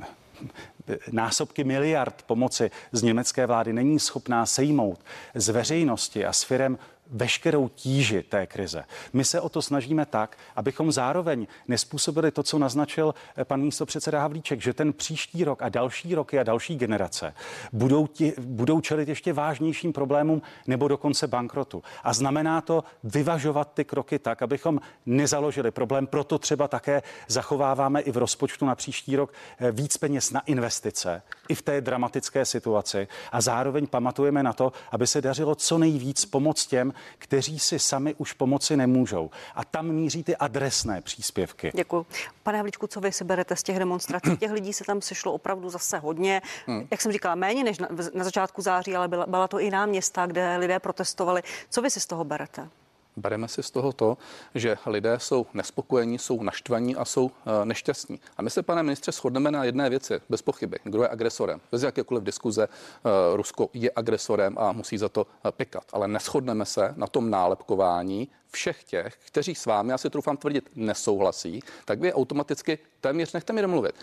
násobky miliard pomoci z německé vlády není schopná sejmout z veřejnosti a s firem veškerou tíži té krize. My se o to snažíme tak, abychom zároveň nespůsobili to, co naznačil pan místopředseda Havlíček, že ten příští rok a další roky a další generace budou, ti, budou čelit ještě vážnějším problémům nebo dokonce bankrotu. A znamená to vyvažovat ty kroky tak, abychom nezaložili problém. Proto třeba také zachováváme i v rozpočtu na příští rok víc peněz na investice i v té dramatické situaci a zároveň pamatujeme na to, aby se dařilo co nejvíc pomoct těm, kteří si sami už pomoci nemůžou. A tam míří ty adresné příspěvky. Děkuji. Pane Havlíčku, co vy si berete z těch demonstrací? Těch lidí se tam sešlo opravdu zase hodně. Hmm. Jak jsem říkala, méně než na, na začátku září, ale byla, byla to i jiná města, kde lidé protestovali. Co vy si z toho berete? Bereme si z toho to, že lidé jsou nespokojení, jsou naštvaní a jsou uh, nešťastní. A my se, pane ministře, shodneme na jedné věci, bez pochyby. Kdo je agresorem? Bez jakékoliv diskuze uh, Rusko je agresorem a musí za to uh, pikat. Ale neshodneme se na tom nálepkování všech těch, kteří s vámi, já si troufám tvrdit, nesouhlasí, tak vy automaticky téměř, nechte mi domluvit,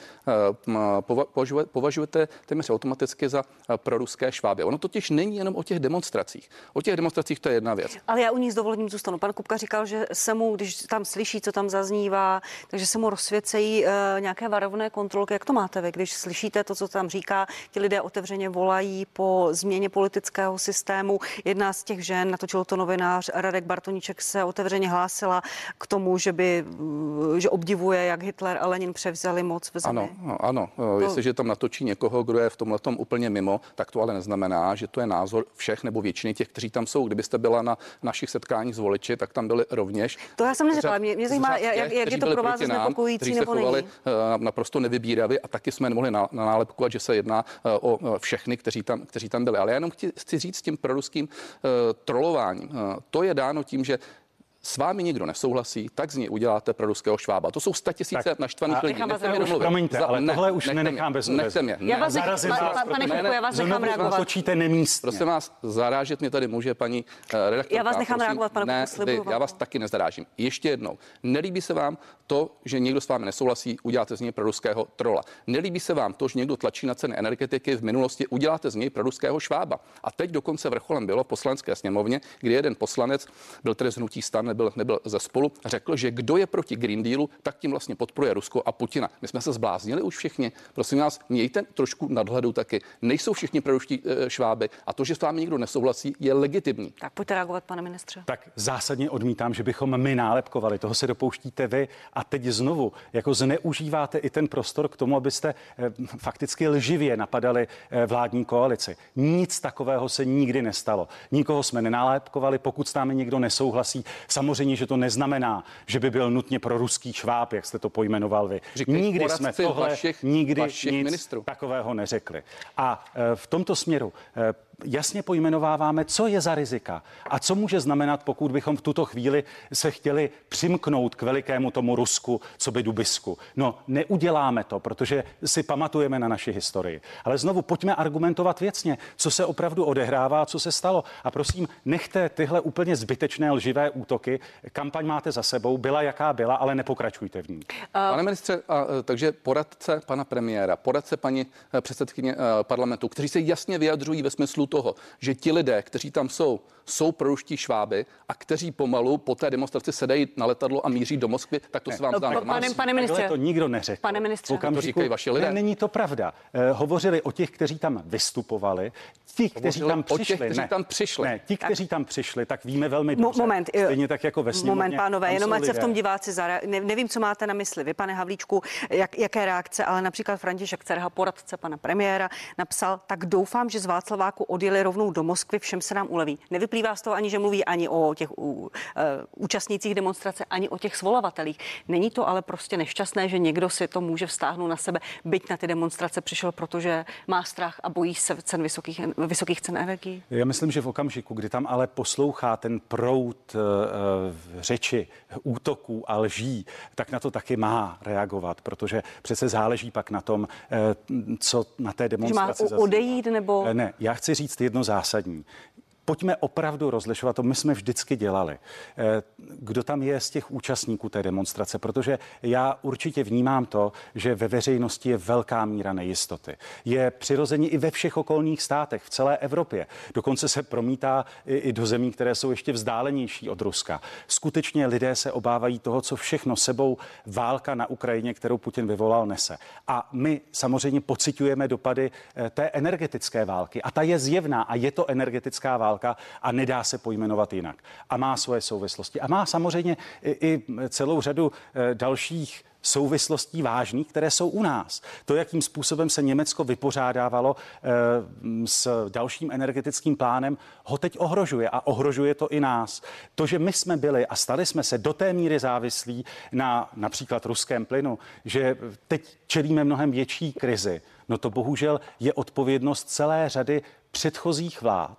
považujete téměř automaticky za proruské šváby. Ono totiž není jenom o těch demonstracích. O těch demonstracích to je jedna věc. Ale já u ní s dovolením zůstanu. Pan Kupka říkal, že se mu, když tam slyší, co tam zaznívá, takže se mu rozsvěcejí uh, nějaké varovné kontrolky. Jak to máte vy, když slyšíte to, co tam říká? Ti lidé otevřeně volají po změně politického systému. Jedna z těch žen, natočil to novinář Radek Bartoníček, se otevřeně hlásila k tomu, že by, že obdivuje, jak Hitler a Lenin převzali moc v zemi. Ano, ano. To... Jestliže tam natočí někoho, kdo je v tomhletom úplně mimo, tak to ale neznamená, že to je názor všech nebo většiny těch, kteří tam jsou. Kdybyste byla na našich setkáních s voliči, tak tam byli rovněž. To já jsem neřekla. Mě, mě zajímá, těch, jak, jak je to pro vás znepokojící nebo není. Kteří se chovali naprosto nevybíravě a taky jsme nemohli nálepkovat, že se jedná o všechny, kteří tam, kteří tam byli. Ale já jenom chci, chci říct s tím proruským uh, trolováním. Uh, to je dáno tím, že s vámi nikdo nesouhlasí, tak z něj uděláte pro ruského švába. To jsou statisíce naštvaných lidí. Promiňte, ale Za, tohle už nenechám bez nechte mě. Já vás, nech, pa, pane Kupko, já vás nechám reagovat. Točíte nemístně. Prosím vás, zarážet mě tady může paní uh, redaktorka. Já vás nechám prosím, reagovat, pane Kupko, slibuju vám. Já vás taky nezarážím. Ještě jednou. Nelíbí se vám to, že někdo s vámi nesouhlasí, uděláte z něj pro ruského trola. Nelíbí se vám to, že někdo tlačí na ceny energetiky v minulosti, uděláte z něj pro ruského švába. A teď dokonce vrcholem bylo v Poslanecké sněmovně, kdy jeden poslanec byl tedy z hnutí STAN, nebyl, nebyl ze Spolu, řekl, že kdo je proti Green Dealu, tak tím vlastně podporuje Rusko a Putina. My jsme se zbláznili už všichni. Prosím vás, mějte trošku nadhledu taky. Nejsou všichni proruští šváby a to, že s vámi nikdo nesouhlasí, je legitimní. Tak pojďte reagovat, pane ministře. Tak zásadně odmítám, že bychom my nálepkovali. Toho se dopouštíte vy a teď znovu jako zneužíváte i ten prostor k tomu, abyste eh, fakticky lživě napadali eh, vládní koalici. Nic takového se nikdy nestalo. Nikoho jsme nenálepkovali, pokud s námi někdo nesouhlasí. Samozřejmě, že to neznamená, že by byl nutně pro ruský šváb, jak jste to pojmenoval vy. Říkej, nikdy jsme tohle vašich, nikdy vašich nic ministrů. takového neřekli. A e, v tomto směru e, jasně pojmenováváme, co je za rizika a co může znamenat, pokud bychom v tuto chvíli se chtěli přimknout k velikému tomu Rusku, co by Dubisku. No, neuděláme to, protože si pamatujeme na naši historii. Ale znovu pojďme argumentovat věcně, co se opravdu odehrává, co se stalo. A prosím, nechte tyhle úplně zbytečné lživé útoky. Kampaň máte za sebou, byla jaká byla, ale nepokračujte v ní. Pane ministře, a, takže poradce pana premiéra, poradce paní předsedkyně parlamentu, kteří se jasně vyjadřují ve smyslu toho, že ti lidé, kteří tam jsou, jsou proruští šváby a kteří pomalu po té demonstraci sedají na letadlo a míří do Moskvy, tak to ne, se vám zdá no, normální. Pane, pane ministře, to nikdo neřekl. Pane ministře, to říkají vaši lidé. Ne, není to pravda. Eh, hovořili o těch, kteří tam vystupovali, ti, kteří tam přišli. Těch, kteří ne, tam přišli. Ne, ti, kteří tam přišli, tak víme velmi dobře. Moment, stejně tak jako ve sněmovně. Moment, pánové, jenom ať se v tom diváci zara... ne, nevím, co máte na mysli vy, pane Havlíčku, jak, jaké reakce, ale například František Cerha, poradce pana premiéra, napsal, tak doufám, že z Václaváku odjeli rovnou do Moskvy, všem se nám uleví. Nevyplývá z toho ani, že mluví ani o těch uh, uh, účastnících demonstrace, ani o těch svolavatelích. Není to ale prostě nešťastné, že někdo si to může vztáhnout na sebe, byť na ty demonstrace přišel, protože má strach a bojí se cen vysokých, vysokých cen energií? Já myslím, že v okamžiku, kdy tam ale poslouchá ten proud uh, řeči, útoků a lží, tak na to taky má reagovat, protože přece záleží pak na tom, uh, co na té demonstraci zaznívá. Má odejít nebo? Ne, já chci říct jedno zásadní. Pojďme opravdu rozlišovat, to my jsme vždycky dělali, kdo tam je z těch účastníků té demonstrace, protože já určitě vnímám to, že ve veřejnosti je velká míra nejistoty. Je přirozeně i ve všech okolních státech, v celé Evropě. Dokonce se promítá i, i do zemí, které jsou ještě vzdálenější od Ruska. Skutečně lidé se obávají toho, co všechno sebou válka na Ukrajině, kterou Putin vyvolal, nese. A my samozřejmě pociťujeme dopady té energetické války. A ta je zjevná a je to energetická válka a nedá se pojmenovat jinak. A má svoje souvislosti. A má samozřejmě i, i celou řadu e, dalších souvislostí vážných, které jsou u nás. To, jakým způsobem se Německo vypořádávalo e, s dalším energetickým plánem, ho teď ohrožuje a ohrožuje to i nás. To, že my jsme byli a stali jsme se do té míry závislí na například ruském plynu, že teď čelíme mnohem větší krizi, no to bohužel je odpovědnost celé řady předchozích vlád.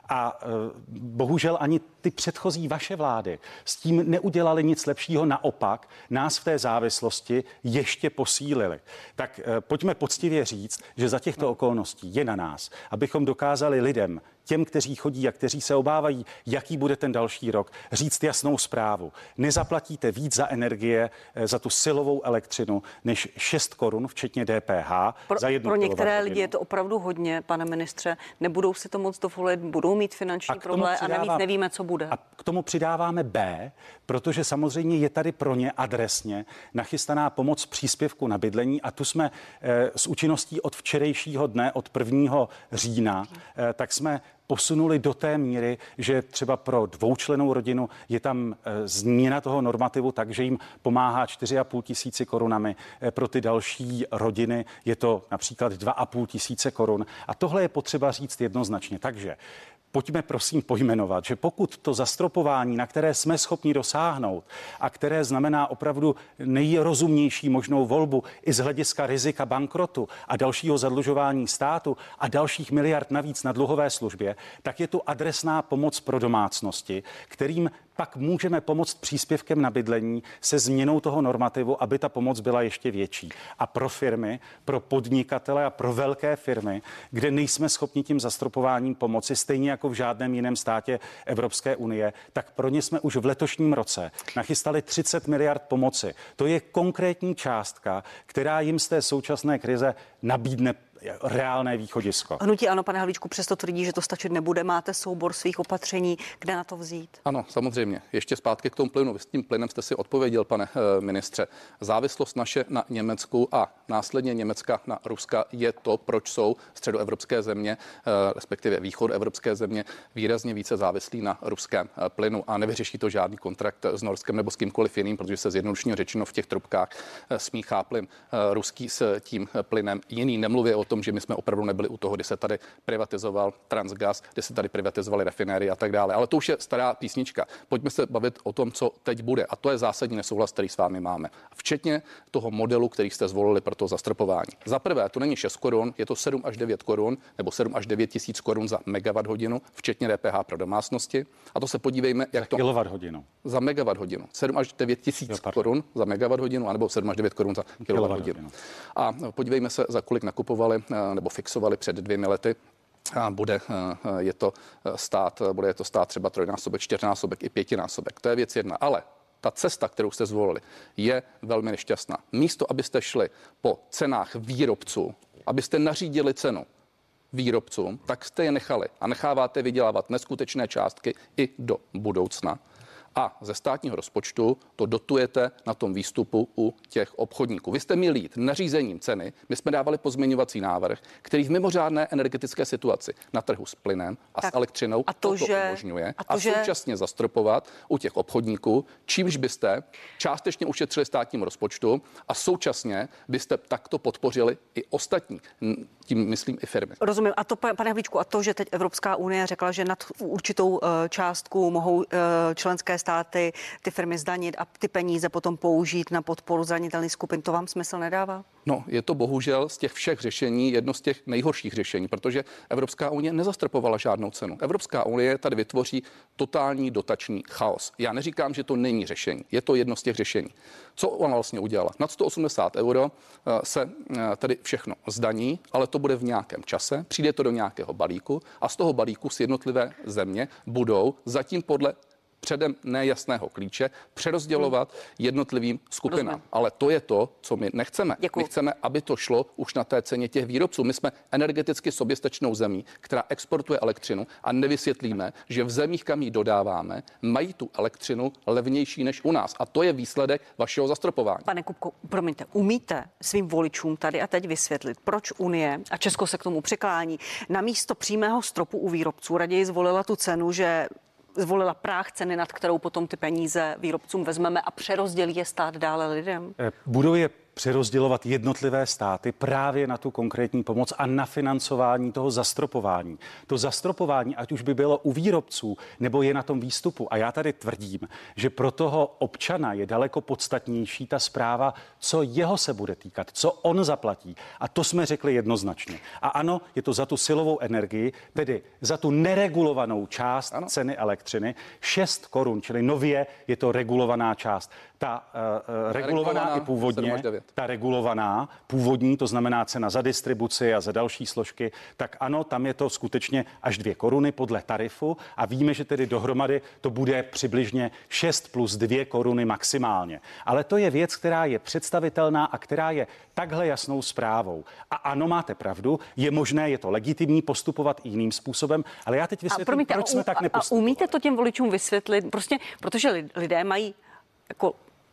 A e, bohužel ani ty předchozí vaše vlády s tím neudělali nic lepšího, naopak nás v té závislosti ještě posílili. Tak e, pojďme poctivě říct, že za těchto okolností je na nás, abychom dokázali lidem, těm, kteří chodí a kteří se obávají, jaký bude ten další rok, říct jasnou zprávu. Nezaplatíte víc za energie, za tu silovou elektřinu, než šest korun, včetně D P H. Pro, za jednu pro některé kilowatthodinu. lidi je to opravdu hodně, pane ministře. Nebudou si to moc dovolit, budou mít finanční problém a navíc nevíme, co bude. A k tomu přidáváme B, protože samozřejmě je tady pro ně adresně nachystaná pomoc příspěvku na bydlení a tu jsme e, s účinností od včerejšího dne, od prvního října, e, tak jsme posunuli do té míry, že třeba pro dvoučlennou rodinu je tam e, změna toho normativu tak, že jim pomáhá čtyři a půl tisíci korunami. E, pro ty další rodiny je to například dva a půl tisíce korun. A tohle je potřeba říct jednoznačně. Takže pojďme prosím pojmenovat, že pokud to zastropování, na které jsme schopni dosáhnout a které znamená opravdu nejrozumnější možnou volbu i z hlediska rizika bankrotu a dalšího zadlužování státu a dalších miliard navíc na dluhové službě, tak je tu adresná pomoc pro domácnosti, kterým pak můžeme pomoct příspěvkem na bydlení se změnou toho normativu, aby ta pomoc byla ještě větší. A pro firmy, pro podnikatele a pro velké firmy, kde nejsme schopni tím zastropováním pomoci, stejně jako v žádném jiném státě Evropské unie, tak pro ně jsme už v letošním roce nachystali třicet miliard pomoci. To je konkrétní částka, která jim z té současné krize nabídne reálné východisko. Hnutí ano, pane Havlíčku, přesto tvrdí, že to stačit nebude. Máte soubor svých opatření, kde na to vzít? Ano, samozřejmě. Ještě zpátky k tomu plynu. Vy s tím plynem jste si odpověděl, pane e, ministře. Závislost naše na Německu a následně Německa na Ruska je to, proč jsou středoevropské země, e, respektive východoevropské země, výrazně více závislí na ruském e, plynu a nevyřeší to žádný kontrakt s Norskem nebo s kýmkoliv jiným, protože se zjednodušeně řečeno v těch trubkách e, smíchá plyn e, ruský s tím plynem jiný. Nemluví o tom, že my jsme opravdu nebyli u toho, kdy se tady privatizoval Transgas, kdy se tady privatizovali rafinérie a tak dále. Ale to už je stará písnička. Pojďme se bavit o tom, co teď bude. A to je zásadní nesouhlas, který s vámi máme. Včetně toho modelu, který jste zvolili pro to zastropování. Za prvé, to není šest korun, je to sedm až devět korun nebo sedm až devět tisíc korun za megawatt hodinu, včetně D P H pro domácnosti. A to se podívejme, jak to kilowatt hodinu. Za megawatt hodinu. sedm až devět tisíc korun za megawatt hodinu, anebo sedm až devět korun za kilowatt hodinu. A podívejme se, za kolik nakupovali nebo fixovali před dvěmi lety. A bude je to stát, bude je to stát třeba trojnásobek, čtyřnásobek i pětinásobek. To je věc jedna. Ale ta cesta, kterou jste zvolili, je velmi nešťastná. Místo, abyste šli po cenách výrobců, abyste nařídili cenu výrobcům, tak jste je nechali a necháváte vydělávat neskutečné částky i do budoucna. A ze státního rozpočtu to dotujete na tom výstupu u těch obchodníků. Vy jste měli jít nařízením ceny. My jsme dávali pozměňovací návrh, který v mimořádné energetické situaci na trhu s plynem a tak, s elektřinou a to, to že, umožňuje a, to, a současně že... zastropovat u těch obchodníků, čímž byste částečně ušetřili státnímu rozpočtu a současně byste takto podpořili i ostatní. Tím myslím i firmy. Rozumím. A to, pane Havlíčku, a to, že teď Evropská unie řekla, že nad určitou uh, částku mohou uh, členské státy ty firmy zdanit a ty peníze potom použít na podporu zranitelných skupin, to vám smysl nedává? No, je to bohužel z těch všech řešení jedno z těch nejhorších řešení, protože Evropská unie nezastropovala žádnou cenu. Evropská unie tady vytvoří totální dotační chaos. Já neříkám, že to není řešení. Je to jedno z těch řešení. Co ona vlastně udělala? Nad sto osmdesát euro se tady všechno zdaní, ale to bude v nějakém čase, přijde to do nějakého balíku a z toho balíku si jednotlivé země budou zatím podle předem nejasného klíče přerozdělovat jednotlivým skupinám. Rozumím. Ale to je to, co my nechceme. Děkuju. My chceme, aby to šlo už na té ceně těch výrobců. My jsme energeticky soběstačnou zemí, která exportuje elektřinu a nevysvětlíme, že v zemích, kam ji dodáváme, mají tu elektřinu levnější než u nás. A to je výsledek vašeho zastropování. Pane Kupko, promiňte, umíte svým voličům tady a teď vysvětlit, proč Unie, a Česko se k tomu přiklání, na místo přímého stropu u výrobců raději zvolila tu cenu, že zvolila práh ceny, nad kterou potom ty peníze výrobcům vezmeme a přerozdělí je stát dále lidem? Budou je přerozdělovat jednotlivé státy právě na tu konkrétní pomoc a na financování toho zastropování. To zastropování, ať už by bylo u výrobců, nebo je na tom výstupu. A já tady tvrdím, že pro toho občana je daleko podstatnější ta zpráva, co jeho se bude týkat, co on zaplatí. A to jsme řekli jednoznačně. A ano, je to za tu silovou energii, tedy za tu neregulovanou část ano. ceny elektřiny, šest korun, čili nově je to regulovaná část. Ta uh, regulovaná, regulovaná i původně, ta regulovaná původní, to znamená cena za distribuci a za další složky, tak ano, tam je to skutečně až dvě koruny podle tarifu a víme, že tedy dohromady to bude přibližně šest plus dvě koruny maximálně. Ale to je věc, která je představitelná a která je takhle jasnou zprávou. A ano, máte pravdu, je možné, je to legitimní postupovat i jiným způsobem, ale já teď vysvětlím, promiňte, proč jsme tak nepostupovali. A umíte to těm voličům vysvětlit? Prostě, protože lidé mají jako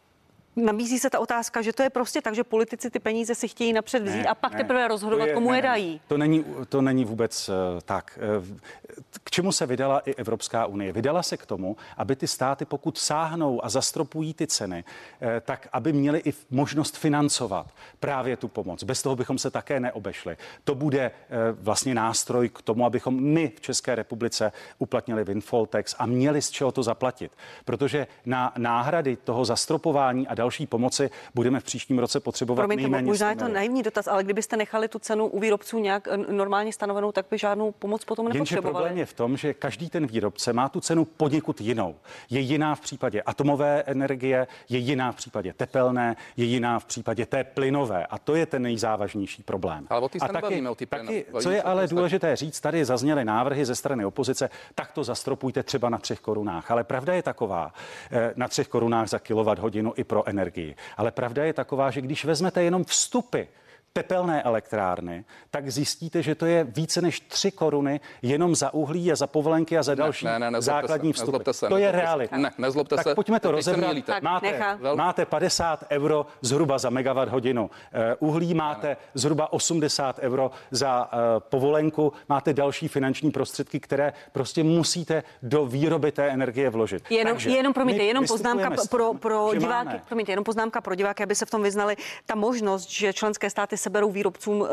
nabízí se ta otázka, že to je prostě tak, že politici ty peníze si chtějí napřed vzít ne, a pak ne, teprve rozhodovat, je, komu ne, je dají. To není, to není vůbec uh, tak. Uh, k čemu se vydala i Evropská unie? Vydala se k tomu, aby ty státy, pokud sáhnou a zastropují ty ceny, uh, tak aby měli i možnost financovat právě tu pomoc. Bez toho bychom se také neobešli. To bude uh, vlastně nástroj k tomu, abychom my v České republice uplatnili windfall tax a měli z čeho to zaplatit. Protože na náhrady toho zastropování a další pomoci budeme v příštím roce potřebovat Promiňte, nejméně. Možná je to naivní dotaz, ale kdybyste nechali tu cenu u výrobců nějak normálně stanovenou, tak by žádnou pomoc potom nepotřebovali. Jenže problém je v tom, že každý ten výrobce má tu cenu poněkud jinou. Je jiná v případě atomové energie, je jiná v případě tepelné, je jiná v případě té plynové. A to je ten nejzávažnější problém. Ale o ty a se taky, o ty taky, co je ale důležité říct, tady zazněly návrhy ze strany opozice, tak to zastropujte třeba na třech korunách. Ale pravda je taková, na třech korunách za kilowatt hodinu i pro energii. Ale pravda je taková, že když vezmete jenom vstupy tepelné elektrárny, tak zjistíte, že to je více než tři koruny jenom za uhlí a za povolenky a za další ne, ne, ne, základní se, vstupy. se, to je realita. Ne, nezlobte tak se. pojďme to rozebrat. Máte, máte padesát euro zhruba za megawatt hodinu. Uh, uhlí máte ne, ne. zhruba osmdesát euro za uh, povolenku. Máte další finanční prostředky, které prostě musíte do výroby té energie vložit. Jenom, Takže jenom promiňte, jenom poznámka pro, pro diváky, máme. promiňte, jenom poznámka pro diváky, aby se v tom vyznali. Ta možnost, že členské státy seberou výrobcům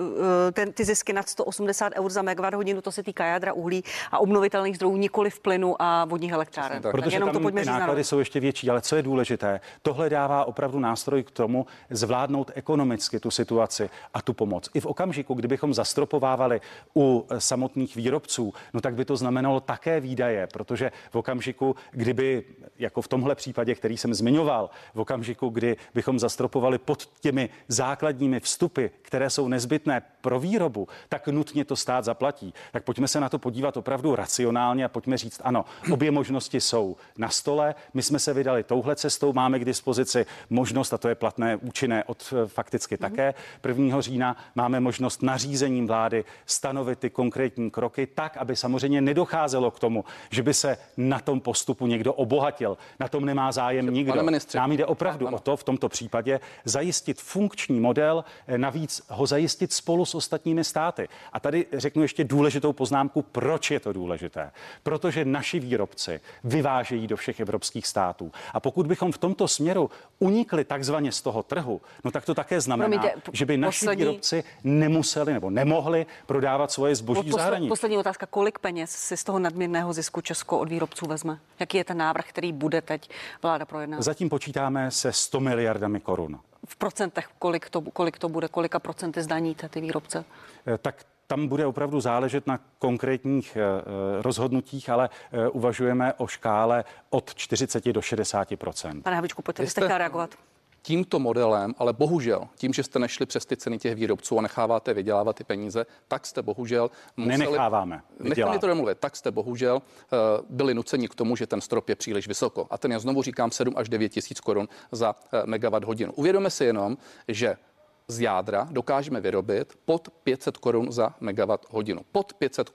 ten, ty zisky nad sto osmdesát eur za megawatt hodinu, to se týká jádra, uhlí a obnovitelných zdrojů, nikoli v plynu a vodních elektráren. Protože jenom tam to ty náklady jsou ještě větší, ale co je důležité, tohle dává opravdu nástroj k tomu zvládnout ekonomicky tu situaci a tu pomoc. I v okamžiku, kdybychom zastropovávali u samotných výrobců, no tak by to znamenalo také výdaje, protože v okamžiku, kdyby, jako v tomhle případě, který jsem zmiňoval, v okamžiku, kdy bychom zastropovali pod těmi základními vstupy, které jsou nezbytné pro výrobu, tak nutně to stát zaplatí. Tak pojďme se na to podívat opravdu racionálně a pojďme říct, ano, obě možnosti jsou na stole. My jsme se vydali touhle cestou, máme k dispozici možnost, a to je platné účinné od fakticky mm. také prvního října, máme možnost nařízením vlády stanovit ty konkrétní kroky tak, aby samozřejmě nedocházelo k tomu, že by se na tom postupu někdo obohatil. Na tom nemá zájem nikdo. Nám jde opravdu ano. o to v tomto případě zajistit funkční model, navíc ho zajistit spolu s ostatními státy. A tady řeknu ještě důležitou poznámku, proč je to důležité. Protože naši výrobci vyvážejí do všech evropských států. A pokud bychom v tomto směru unikli takzvaně z toho trhu, no tak to také znamená, Promiňte, že by naši poslední... výrobci nemuseli nebo nemohli prodávat svoje zboží v zahraničí. Poslední otázka, kolik peněz si z toho nadměrného zisku Česko od výrobců vezme? Jaký je ten návrh, který bude teď vláda projednávat? Zatím počítáme se sto miliardami korun. V procentech, kolik to, kolik to bude, kolika procenty zdaníte ty výrobce? Tak tam bude opravdu záležet na konkrétních rozhodnutích, ale uvažujeme o škále od čtyřicet do šedesáti procent. Pane Havlíčku, pojďte, byste chtěl reagovat. Tímto modelem, ale bohužel, tím, že jste nešli přes ty ceny těch výrobců a necháváte vydělávat ty peníze, tak jste bohužel museli... Nenecháváme vydělávat. Nechte mi to domluvit. Tak jste bohužel uh, byli nuceni k tomu, že ten strop je příliš vysoko. A ten, já znovu říkám, sedm až devět tisíc korun za uh, megawatt hodinu. Uvědomme si jenom, že z jádra dokážeme vyrobit pod pět set korun za megawatt hodinu. Pod pět set korun.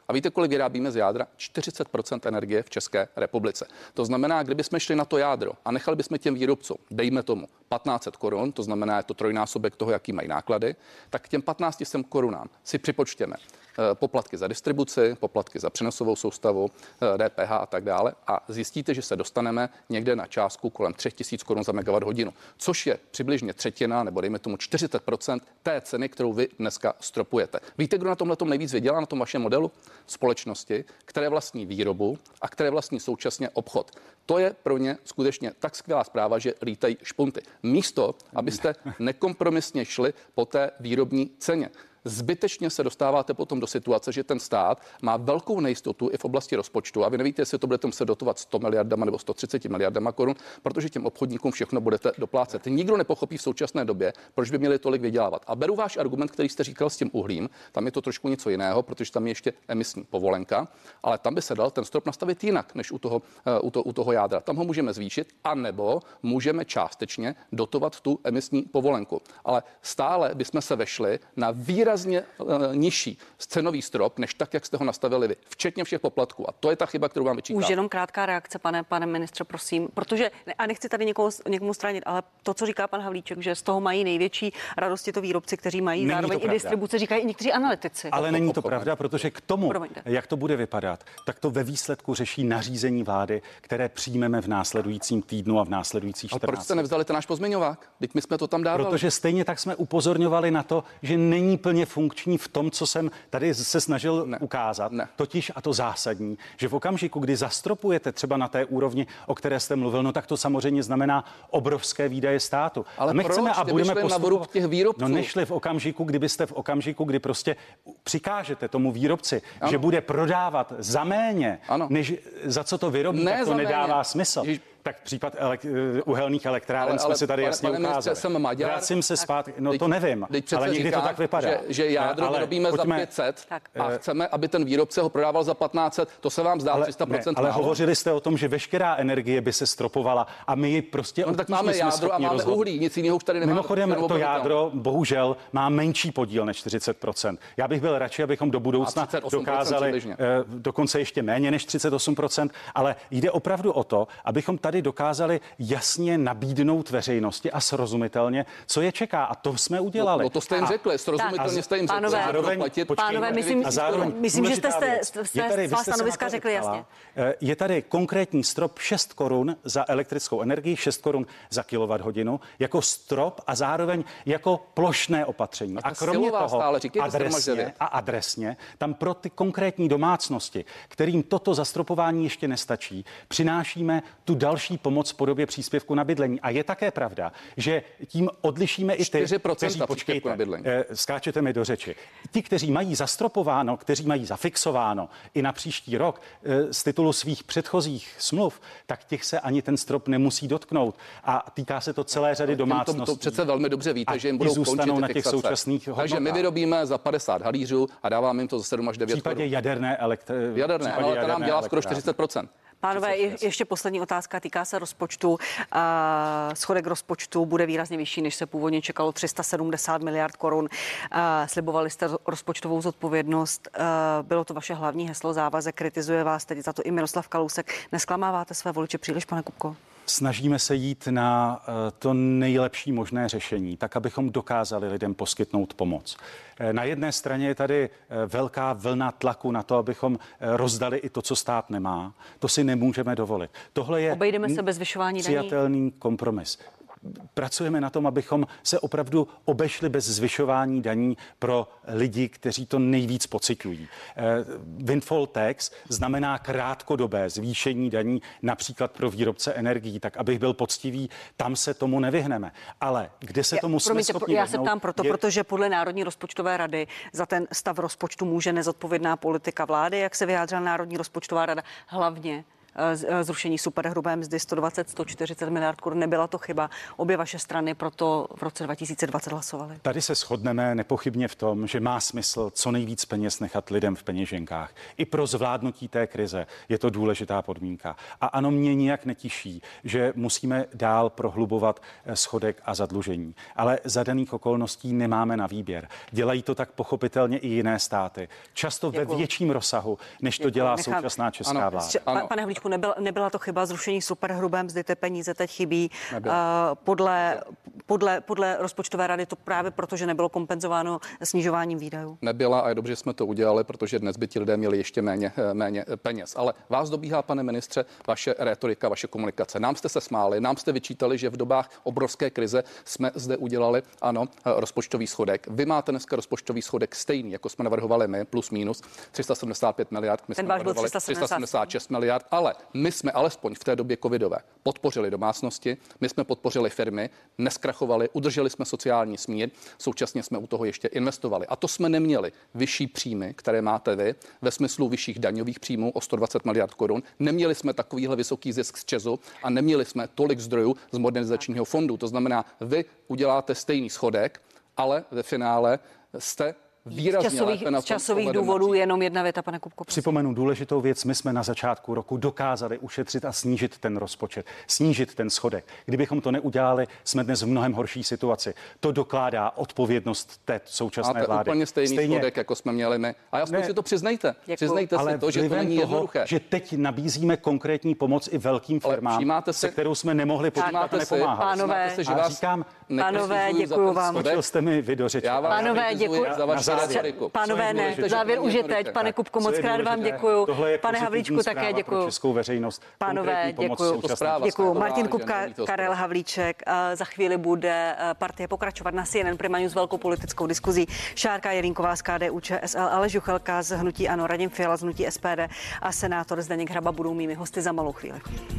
A víte, kolik vyrábíme z jádra? čtyřicet procent energie v České republice. To znamená, kdybychom šli na to jádro a nechali bychom těm výrobcům, dejme tomu patnáct set korun, to znamená, je to trojnásobek toho, jaký mají náklady, tak k těm patnáct set korunám si připočtěme poplatky za distribuci, poplatky za přenosovou soustavu, D P H a tak dále a zjistíte, že se dostaneme někde na částku kolem tři tisíce korun za megawatt hodinu, což je přibližně třetina nebo dejme tomu čtyřicet procent té ceny, kterou vy dneska stropujete. Víte, kdo na tomhle tom nejvíc vydělá na tom vašem modelu? Společnosti, které vlastní výrobu a které vlastní současně obchod. To je pro ně skutečně tak skvělá zpráva, že lítají špunty. Místo, abyste nekompromisně šli po té výrobní ceně. Zbytečně se dostáváte potom do situace, že ten stát má velkou nejistotu i v oblasti rozpočtu a vy nevíte, jestli to budete muset dotovat sto miliardama nebo sto třicet miliardama korun, protože těm obchodníkům všechno budete doplácet. Nikdo nepochopí v současné době, proč by měli tolik vydělávat. A beru váš argument, který jste říkal s tím uhlím, tam je to trošku něco jiného, protože tam je ještě emisní povolenka, ale tam by se dal ten strop nastavit jinak než u toho, u toho, u toho jádra. Tam ho můžeme zvýšit, anebo můžeme částečně dotovat tu emisní povolenku. Ale stále bychom se vešli na výraz výrazně uh, nižší cenový strop, než tak, jak jste ho nastavili vy, včetně všech poplatků. A to je ta chyba, kterou vám vyčítám. Už jenom krátká reakce, pane, pane ministře, prosím, protože, a nechci tady někoho, někomu stranit, ale to, co říká pan Havlíček, že z toho mají největší radosti to výrobci, kteří mají není zároveň i distribuce, říkají i někteří analytici. Ale není to pravda, protože k tomu, Promiňte. jak to bude vypadat, tak to ve výsledku řeší nařízení vlády, které přijmeme v následujícím týdnu a v následujících čtrnácti. Ale proč jste nevzali ten náš pozměňovák? Teď my jsme to tam dávali. Protože stejně tak jsme upozorňovali na to, že není plně funkční v tom, co jsem tady se snažil ne. ukázat. Ne. Totiž, a to zásadní, že v okamžiku, kdy zastropujete třeba na té úrovni, o které jste mluvil, no tak to samozřejmě znamená obrovské výdaje státu. Ale a my proč? chceme a Kdyby budeme šli na postupovat. vrub těch výrobců. No nešli v okamžiku, kdybyste v okamžiku, kdy prostě přikážete tomu výrobci, ano. že bude prodávat za méně, ano. než za co to vyrobí, Ne tak to za nedává méně. smysl. Jež... Tak případ elek- uhelných elektráren Ale- jsme ale si tady pane- jasně pane ministře, ukázali. jsem Maďar. Vracím se zpátky, no Teď- to nevím, teď přece ale někdy říkám, to tak vypadá. Že, že jádro Ale vyrobíme pojďme- za pět set Tak. a chceme, aby ten výrobce ho prodával za patnáct set. To se vám zdá ale, tři sta procent ne, ale málo? hovořili jste o tom, že veškerá energie by se stropovala a my ji prostě No, tak obtížně máme jsme jádro a schopni máme rozhodnout. uhlí, nic jiného už tady nemáme. Mimochodem, to jádro bohužel má menší podíl než čtyřicet procent. Já bych byl radši, abychom do budoucna třicet osm procent dokázali přibližně. eh, dokonce ještě méně než třicet osm procent, ale jde opravdu o to, abychom tady dokázali jasně nabídnout veřejnosti a srozumitelně, co je čeká. A to jsme udělali. No, no to jste jim A- řekli, srozumitelně jste jim řekli. Pánové, že budou zároveň- platit počkejme, Pánové, devět myslím, a tisíc zároveň korun. myslím, že jste důležitá z té- věc. z té Je tady- vy svá jste se na stanoviska to řekli zeptala. jasně. Eh, Je tady konkrétní strop šest korun za elektrickou energii, šest korun za kilowatthodinu, jako strop a zároveň jako plošné opatření. A A ta kromě silová toho stále, říkejte adresně shromažďově. a adresně tam pro ty konkrétní domácnosti, kterým toto zastropování ještě nestačí, přinášíme tu další pomoc v podobě příspěvku na bydlení. A je také pravda, že tím odlišíme i ty, čtyři procenta kteří, příspěvku počkejte, na bydlení. eh, skáčete mi do řeči. Ti, kteří mají zastropováno, kteří mají zafixováno i na příští rok eh, z titulu svých předchozích smluv, tak těch se ani ten strop nemusí dotknout. A týká se to celé řady Těm To, domácností. to přece velmi dobře víte, A že jim ti budou zůstanou končit na ty těch fixace. současných Takže my hodnotách. vyrobíme za padesát halířů a dáváme jim to za sedm až v devět případě korun. jaderné elektrárny. Jaderné, ano, ale to nám dělá skoro čtyřicet procent. Pánové, je, ještě poslední otázka, týká se rozpočtu. Uh, schodek rozpočtu bude výrazně vyšší, než se původně čekalo, tři sta sedmdesát miliard korun. Uh, slibovali jste rozpočtovou zodpovědnost. Uh, bylo to vaše hlavní heslo, závazek, kritizuje vás teď za to i Miroslav Kalousek. Nesklamáváte své voliče příliš, pane Kupko? Snažíme se jít na eh, to nejlepší možné řešení, tak abychom dokázali lidem poskytnout pomoc. Eh, Na jedné straně je tady eh, velká vlna tlaku na to, abychom eh, rozdali i to, co stát nemá. To si nemůžeme dovolit. Tohle je Obejdeme se bez zvyšování daní? přijatelný kompromis. Pracujeme na tom, abychom se opravdu obešli bez zvyšování daní pro lidi, kteří to nejvíc pociťují. Eh, Windfall tax znamená krátkodobé zvýšení daní, například pro výrobce energií, tak abych byl poctivý, tam se tomu nevyhneme. Ale kde se tomu jsme Promiňte, schopni já se vyhnout, ptám proto, je- protože podle Národní rozpočtové rady za ten stav rozpočtu může nezodpovědná politika vlády, jak se vyjádřila Národní rozpočtová rada, hlavně zrušení superhrubé mzdy sto dvacet, sto čtyřicet miliard korun. Nebyla to chyba. Obě vaše strany proto v roce dva tisíce dvacet hlasovaly. Tady se shodneme nepochybně v tom, že má smysl co nejvíc peněz nechat lidem v peněženkách. I pro zvládnutí té krize je to důležitá podmínka. A ano, mě nijak netiší, že musíme dál prohlubovat schodek a zadlužení. Ale za daných okolností nemáme na výběr. Dělají to tak pochopitelně i jiné státy. Často Děkuju. ve větším rozsahu, než to dělá Nechám. současná česká ano. vláda. Ano. Pane Havlíčku, nebyla, nebyla to chyba zrušení superhrubé mzdy, ty peníze teď chybí. Uh, podle, podle, podle rozpočtové rady to právě proto, že nebylo kompenzováno snižováním výdajů. Nebyla a je dobře, že jsme to udělali, protože dnes by ti lidé měli ještě méně, méně peněz. Ale vás dobíhá, pane ministře, vaše rétorika, vaše komunikace. Nám jste se smáli, nám jste vyčítali, že v dobách obrovské krize jsme zde udělali, ano, rozpočtový schodek. Vy máte dneska rozpočtový schodek stejný, jako jsme navrhovali my, plus minus tři sta sedmdesát pět miliard, my Ten jsme navrhovali tři sta sedmdesát šest miliard, ale my jsme alespoň v té době covidové podpořili domácnosti, my jsme podpořili firmy, neskrachovali, udrželi jsme sociální smír, současně jsme u toho ještě investovali. A to jsme neměli vyšší příjmy, které máte vy, ve smyslu vyšších daňových příjmů o sto dvacet miliard korun. Neměli jsme takovýhle vysoký zisk z ČEZu a neměli jsme tolik zdrojů z modernizačního fondu. To znamená, vy uděláte stejný schodek, ale ve finále jste výrazně z časových, lépe na z časových důvodů jenom jedna věta, pane Kupko. Připomenu důležitou věc. My jsme na začátku roku dokázali ušetřit a snížit ten rozpočet, snížit ten schodek. Kdybychom to neudělali, jsme dnes v mnohem horší situaci. To dokládá odpovědnost té současné Máte vlády. úplně stejný Stejně... schodek, jako jsme měli my. A já si to přiznejte. Děkuju. Přiznejte ale si to, že to není toho, jednoduché. že teď nabízíme konkrétní pomoc i velkým firmám, se, se kterou jsme nemohli počítat a nepomáhat. Pánové, si, že vás říkám, pánové, děkuju vám. Skočil jste mi vy do řeči. Pánové, děkuji. Pánové, ne, závěr už je teď. Pane Kupko, moc krát vám děkuju. Pane Havlíčku, také děkuju. Českou veřejnost. Pánové, děkuju. Děkuju. Martin Kupka, Karel Havlíček. Za chvíli bude partie pokračovat na C N N Prima News velkou politickou diskuzí. Šárka Jelínková z K D U Č S L, Aleš Juchelka z hnutí ANO, Radim Fiala z hnutí S P D a senátor Zdeněk Hraba budou mými hosty za malou chvíli.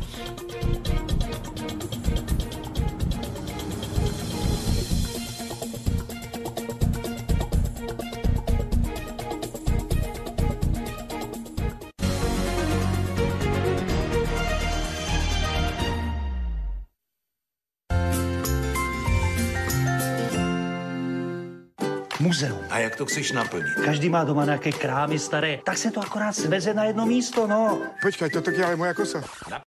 Muzeum. A jak to chceš naplnit? Každý má doma nějaké krámy staré, tak se to akorát sveze na jedno místo, no. Počkej, toto je ale moja kosa.